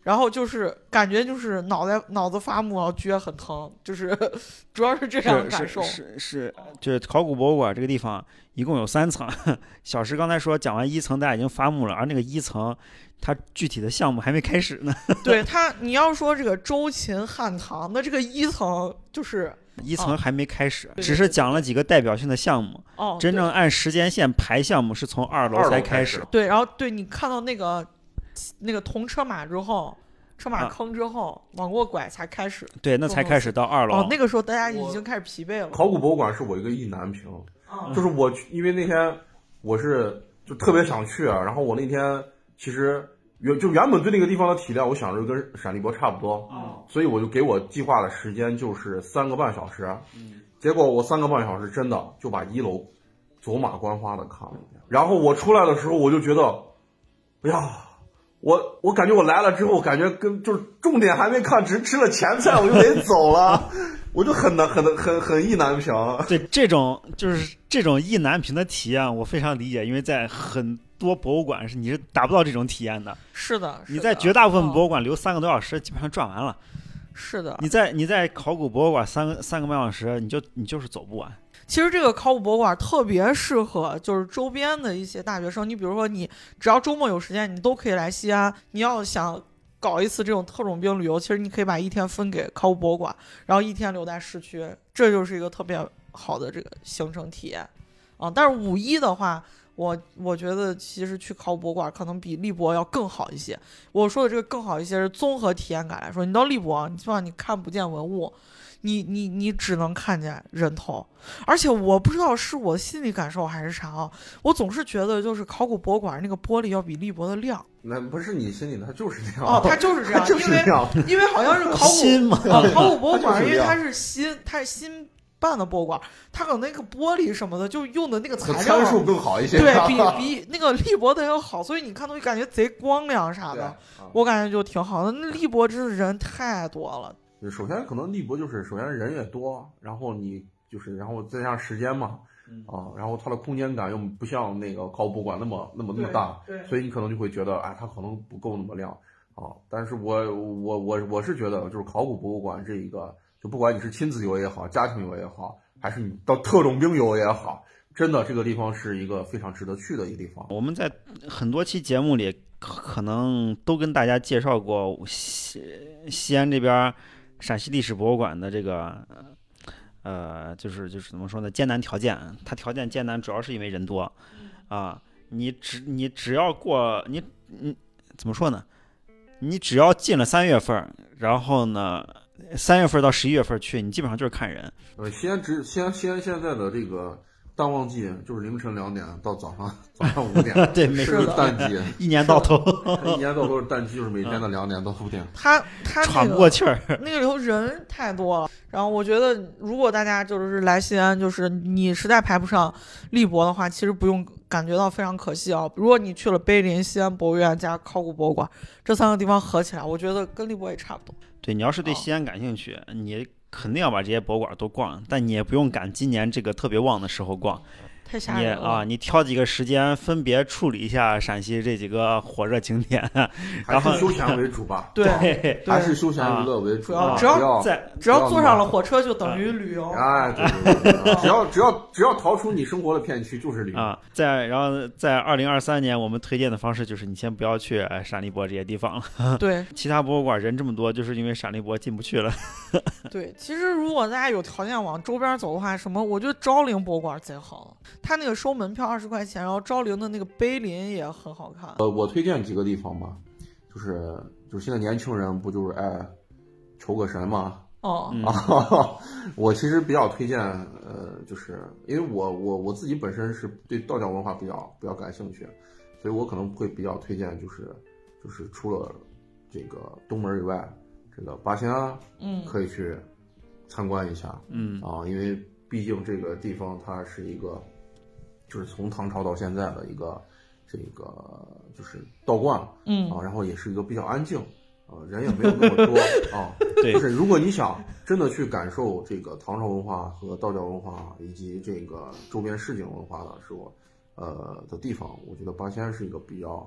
Speaker 3: 然后就是感觉就是脑子发木，撅很疼，就是主要是这样的感受。
Speaker 4: 是，就是考古博物馆这个地方一共有3层。小石刚才说讲完1层大家已经发木了，而那个1层它具体的项目还没开始呢。
Speaker 3: 对它，你要说这个周秦汉唐的这个1层就是
Speaker 4: 1层还没开始，
Speaker 3: 对
Speaker 4: 只是讲了几个代表性的项目。
Speaker 3: 哦，
Speaker 4: 真正按时间线排项目是从2楼才开始。
Speaker 3: 对，然后对你看到那个铜车马之后，车马坑之后，往过拐才开始。
Speaker 4: 对，那才开始到2楼。
Speaker 3: 哦，那个时候大家已经开始疲惫了。
Speaker 5: 考古博物馆是我一个意难平，就是我因为那天我是就特别想去啊，然后我那天其实原本对那个地方的体量，我想着跟陕历博差不多，所以我就给我计划的时间就是3个半小时，结果我3个半小时真的就把1楼走马观花的看了一遍，然后我出来的时候我就觉得，哎呀。我感觉我来了之后，感觉跟就是重点还没看，只吃了前菜我就得走了，我就很意难平。
Speaker 4: 对，这种意难平的体验，我非常理解，因为在很多博物馆你是达不到这种体验的。
Speaker 3: 是的，
Speaker 4: 你在绝大部分博物馆留3个多小时，基本上转完了。
Speaker 3: 是的，
Speaker 4: 你在考古博物馆三个半小时，你就是走不完。
Speaker 3: 其实这个考古博物馆特别适合就是周边的一些大学生，你比如说你只要周末有时间，你都可以来西安。你要想搞一次这种特种兵旅游，其实你可以把1天分给考古博物馆，然后1天留在市区，这就是一个特别好的这个行程体验啊。但是5·1的话，我觉得其实去考古博物馆可能比立博要更好一些。我说的这个更好一些是综合体验感来说，你到立博，你基本上你看不见文物。你只能看见人头，而且我不知道是我心理感受还是啥啊，我总是觉得就是考古博物馆那个玻璃要比立博的亮。
Speaker 5: 那不是你心里，它就是这样。
Speaker 3: 哦，它就是这样，
Speaker 5: 就是这样。
Speaker 3: 因为好像是考
Speaker 4: 新嘛，
Speaker 3: 考古博物馆，因为它是新办的博物馆，它可能那个玻璃什么的就用的那个材料
Speaker 5: 参数更好一些，
Speaker 3: 对比那个立博的要好，所以你看东西感觉贼光亮啥的，我感觉就挺好的。那立博真是人太多了。
Speaker 5: 首先可能立博就是首先人也多，然后然后再加上时间嘛，然后它的空间感又不像那个考古博物馆那么大，所以你可能就会觉得，哎，它可能不够那么亮啊。但是我是觉得，就是考古博物馆这一个，就不管你是亲子游也好，家庭游也好，还是你到特种兵游也好，真的这个地方是一个非常值得去的一个地方。
Speaker 4: 我们在很多期节目里可能都跟大家介绍过西安这边陕西历史博物馆的这个就是怎么说呢，艰难条件。它条件艰难主要是因为人多啊。你只要过你怎么说呢？你只要进了3月份，然后呢3月份到11月份去，你基本上就是看人。
Speaker 5: 西安现在的这个淡旺季就是凌晨2点到早上5点，
Speaker 4: 对，
Speaker 5: 这是淡季，
Speaker 4: 一年到头
Speaker 5: 是淡季，就是每天的2点到5点。
Speaker 3: 他
Speaker 4: 喘不过气儿，
Speaker 3: 那个里头人太多了。然后我觉得，如果大家就是来西安，就是你实在排不上立博的话，其实不用感觉到非常可惜啊。如果你去了碑林、西安博物院加考古博物馆这3个地方合起来，我觉得跟立博也差不多。
Speaker 4: 对，你要是对西安感兴趣，你肯定要把这些博物馆都逛，但你也不用赶今年这个特别旺的时候逛。
Speaker 3: 太吓人了
Speaker 4: 你挑几个时间分别处理一下陕西这几个火热景点，然后
Speaker 5: 还是休闲为主吧。
Speaker 3: 对，
Speaker 5: 还是休闲娱乐为主。
Speaker 3: 只要坐上了火车就等于旅游。
Speaker 5: 哎，对，只要逃出你生活的片区就是旅游
Speaker 4: 啊。然后在2023年，我们推荐的方式就是你先不要去陕历博这些地方了。
Speaker 3: 对，
Speaker 4: 其他博物馆人这么多，就是因为陕历博进不去了。
Speaker 3: 对，其实如果大家有条件往周边走的话，我觉得昭陵博物馆贼好。他那个收门票20块钱，然后昭陵的那个碑林也很好看。
Speaker 5: 我推荐几个地方吧，就是现在年轻人不就是爱求个神吗？我其实比较推荐，就是因为我自己本身是对道教文化比较感兴趣，所以我可能会比较推荐，就是除了这个东门以外，这个八仙庵，可以去参观一下，因为毕竟这个地方它是一个。就是从唐朝到现在的一个这个就是道观，然后也是一个比较安静，人也没有那么多啊。
Speaker 4: 对，
Speaker 5: 就是如果你想真的去感受这个唐朝文化和道教文化以及这个周边市井文化的时候，的地方，我觉得八仙是一个比较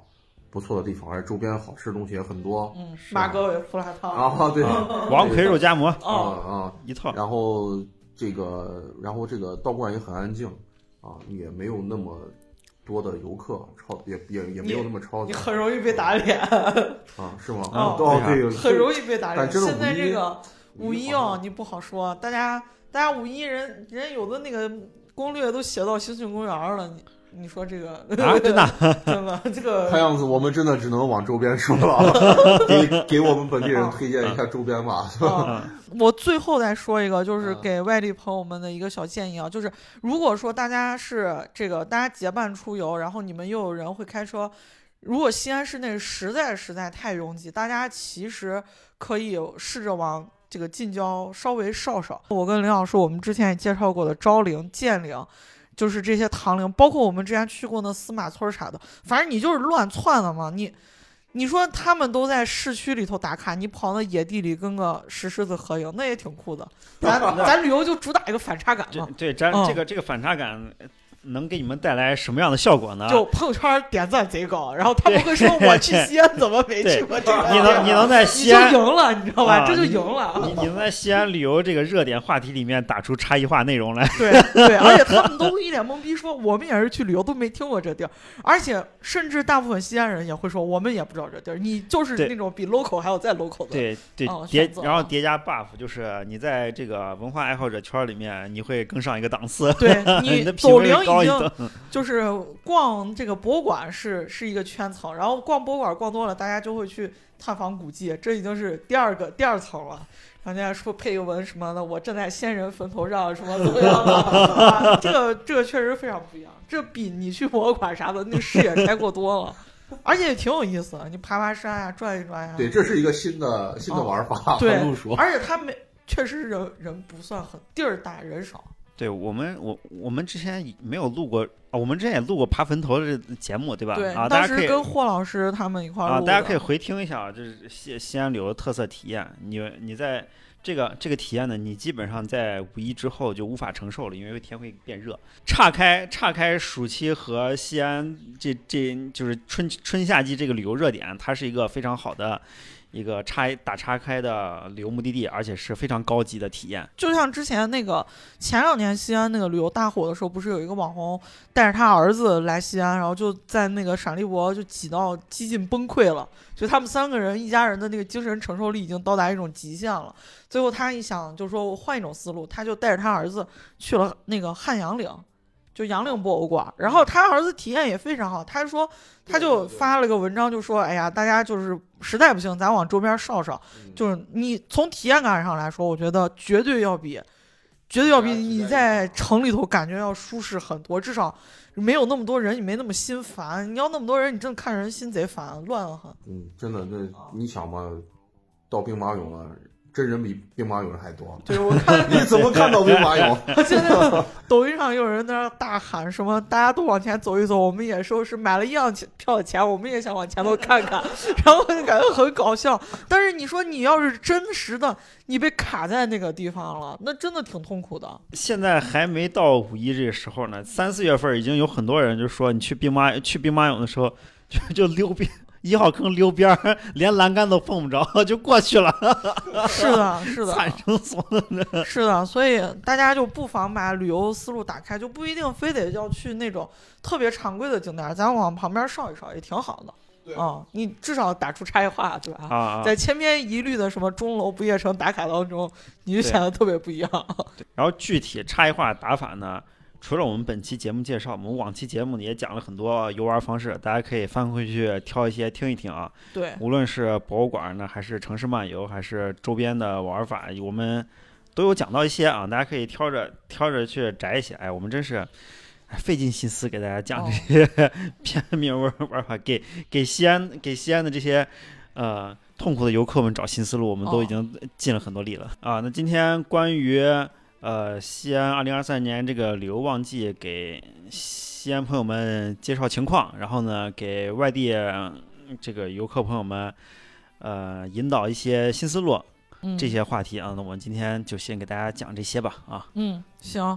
Speaker 5: 不错的地方，而且周边好吃的东西也很多。
Speaker 3: 马革尾胡辣汤
Speaker 5: 啊，对，
Speaker 4: 王魁肉夹馍
Speaker 5: 一
Speaker 4: 套。
Speaker 5: 然后这个道观也很安静啊，也没有那么多的游客，也没有那么嘈杂。
Speaker 3: 你很容易被打脸
Speaker 5: 啊？是吗？对，
Speaker 3: 很容易被打脸。
Speaker 5: 现
Speaker 3: 在这个五一你不好说，大家五一人有的那个攻略都写到星星公园了，你说这个
Speaker 4: 啊，真的
Speaker 3: 真的这个
Speaker 5: 看样子我们真的只能往周边说了，给我们本地人推荐一下周边吧。
Speaker 3: 我最后再说一个，就是给外地朋友们的一个小建议啊，就是如果说大家是大家结伴出游，然后你们又有人会开车，如果西安市内实在太拥挤，大家其实可以试着往这个近郊稍微少。我跟林老师我们之前也介绍过的昭陵、建陵，就是这些唐陵，包括我们之前去过的司马村啥的，反正你就是乱窜的嘛。你说他们都在市区里头打卡，你跑那野地里跟个石狮子合影，那也挺酷的。咱旅游就主打一个反差感嘛。
Speaker 4: 对，咱这个反差感能给你们带来什么样的效果呢？
Speaker 3: 就朋友圈点赞贼高，然后他们会说我去西安怎么没去过这个？
Speaker 4: 你能在西安
Speaker 3: 你就赢了，你知道吧？这就赢了。
Speaker 4: 你能在西安旅游这个热点话题里面打出差异化内容来。
Speaker 3: 对，而且他们都一脸懵逼说我们也是去旅游，都没听过这地儿，而且甚至大部分西安人也会说我们也不知道这地儿。你就是那种比 local 还要再 local 的。
Speaker 4: 对，然后叠加 buff， 就是你在这个文化爱好者圈里面，你会更上一个档次。
Speaker 3: 对
Speaker 4: 你的
Speaker 3: 走灵
Speaker 4: 已
Speaker 3: 经。就是逛这个博物馆是一个圈层，然后逛博物馆逛多了，大家就会去探访古迹，这已经是第二层了。人家说配个文什么的，我站在先人坟头上什么怎么样的，这个确实非常不一样，这比你去博物馆啥的那视野开阔多了，而且也挺有意思的，你爬山呀，转一转呀。
Speaker 5: 对，这是一个新的玩法。
Speaker 3: 对，而且他们确实人不算很，地儿大人少。
Speaker 4: 对，我们之前没有录过我们之前也录过爬坟头的节目，对吧？
Speaker 3: 对，
Speaker 4: 大家可以
Speaker 3: 跟霍老师他们一块录的
Speaker 4: 大家可以回听一下，这是西安旅游的特色体验。你在这个体验呢，你基本上在五一之后就无法承受了，因为天会变热。岔开暑期和西安这就是春夏季这个旅游热点，它是一个非常好的一个打岔开的旅游目的地，而且是非常高级的体验。
Speaker 3: 就像之前前2年西安那个旅游大火的时候，不是有一个网红带着他儿子来西安，然后就在那个陕历博就挤到几近崩溃了，就他们3个人一家人的那个精神承受力已经到达一种极限了。最后他一想，就说我换一种思路，他就带着他儿子去了那个汉阳陵。就杨陵博物馆，然后他儿子体验也非常好，他就发了个文章，就说哎呀，大家就是实在不行咱往周边少，就是你从体验感上来说，我觉得绝对要比你在城里头感觉要舒适很多，至少没有那么多人，你没那么心烦。你要那么多人，你真的看人心贼烦，乱了很。
Speaker 5: 真的，那你想吧，到兵马俑了。真人比兵马俑还多，
Speaker 3: 对，我看
Speaker 5: 你怎么看到兵马俑？
Speaker 3: 现在抖音上有人在那大喊什么，大家都往前走一走，我们也说是买了一样票的钱，我们也想往前头看看，然后就感觉很搞笑。但是你说你要是真实的，你被卡在那个地方了，那真的挺痛苦的。
Speaker 4: 现在还没到五一这个时候呢，3、4月份已经有很多人就说，你去兵马俑的时候就溜边。1号坑溜边，连栏杆都碰不着就过去了。
Speaker 3: 是的，
Speaker 4: 惨成所的。
Speaker 3: 是的，所以大家就不妨把旅游思路打开，就不一定非得要去那种特别常规的景点，咱往旁边少一少也挺好的。你至少打出差异化，对吧？在千篇一律的什么钟楼不夜城打卡当中，你就显得特别不一样。
Speaker 4: 然后具体差异化打法呢？除了我们本期节目介绍，我们往期节目也讲了很多游玩方式，大家可以翻回去挑一些听一听啊。
Speaker 3: 对，
Speaker 4: 无论是博物馆呢，还是城市漫游，还是周边的玩法，我们都有讲到一些啊，大家可以挑着去摘一些。我们真是费尽心思给大家讲这些片面玩法，给西安的这些痛苦的游客们找新思路，我们都已经尽了很多力了啊。那今天关于西安2023年这个旅游旺季，给西安朋友们介绍情况，然后呢，给外地这个游客朋友们引导一些新思路，这些话题啊，那我们今天就先给大家讲这些吧啊。
Speaker 3: 行，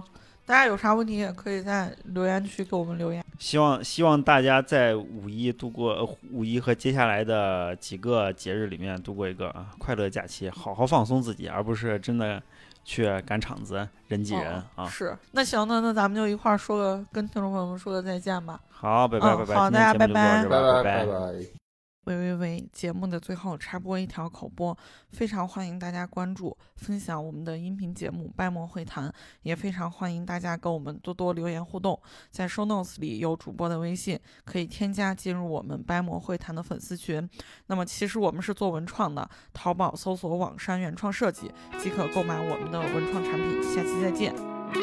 Speaker 3: 大家有啥问题也可以在留言区给我们留言。
Speaker 4: 希望大家在五一度过五一和接下来的几个节日里面度过一个快乐假期，好好放松自己，而不是真的去赶场子人挤人啊。
Speaker 3: 是，那行，那咱们就一块儿跟听众朋友们说个再见吧。
Speaker 4: 好，拜拜拜拜。
Speaker 3: 好，大家拜拜
Speaker 5: 拜拜。
Speaker 3: 喂，节目的最后插播一条口播，非常欢迎大家关注分享我们的音频节目掰馍会谈，也非常欢迎大家跟我们多多留言互动，在 show notes 里有主播的微信，可以添加进入我们掰馍会谈的粉丝群。那么其实我们是做文创的，淘宝搜索网山原创设计即可购买我们的文创产品。下期再见。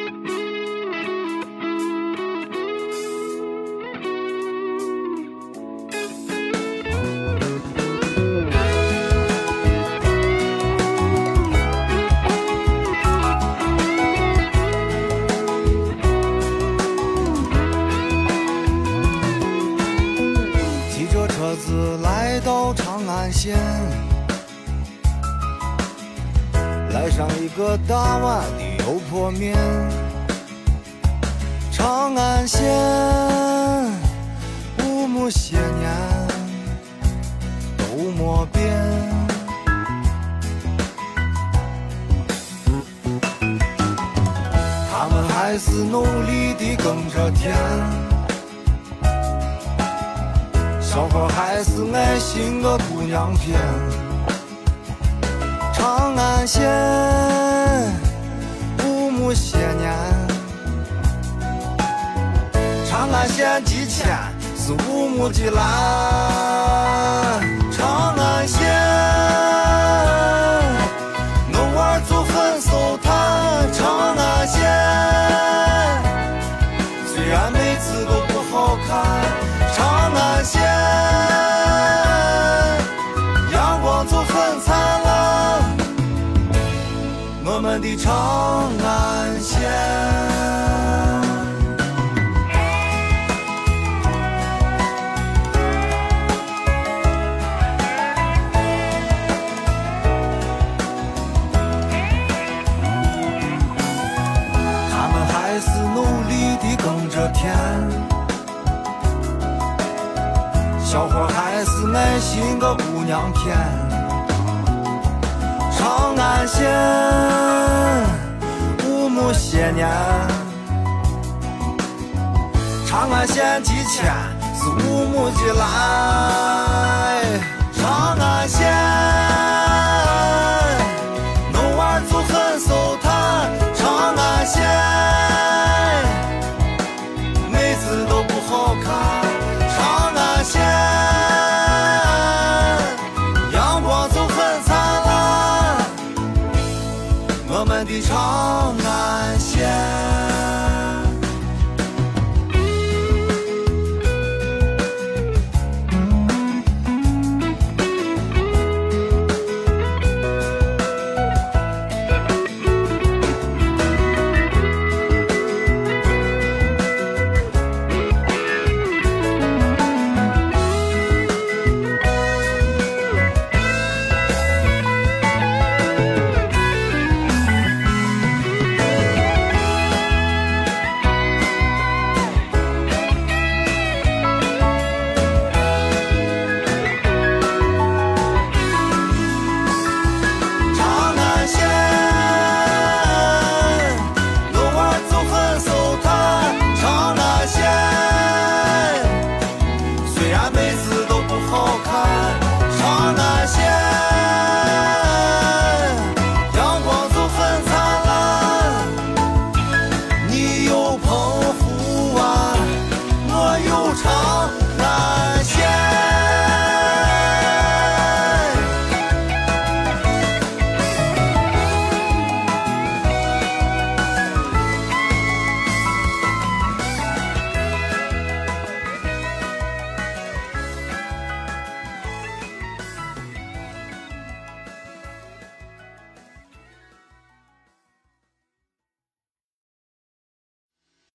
Speaker 6: 来到长安县，来上一个大碗的油泼面。长安县五亩些年都没变，他们还是努力地耕着田，小伙还是爱心个姑娘片。长安县五亩些年，长安县几千是五亩的蓝。长安县我玩就很手谈。长安县虽然每次都不好看，长安县阳光就很灿烂，我们的长安县。他们还是努力地耕着田，小伙还是爱心个姑娘片。长安县五亩些年，长安县几千是五亩的来。长安县能玩就很手谈。长安县每次都不好看。长安县阳光就很灿烂，我们的长安县。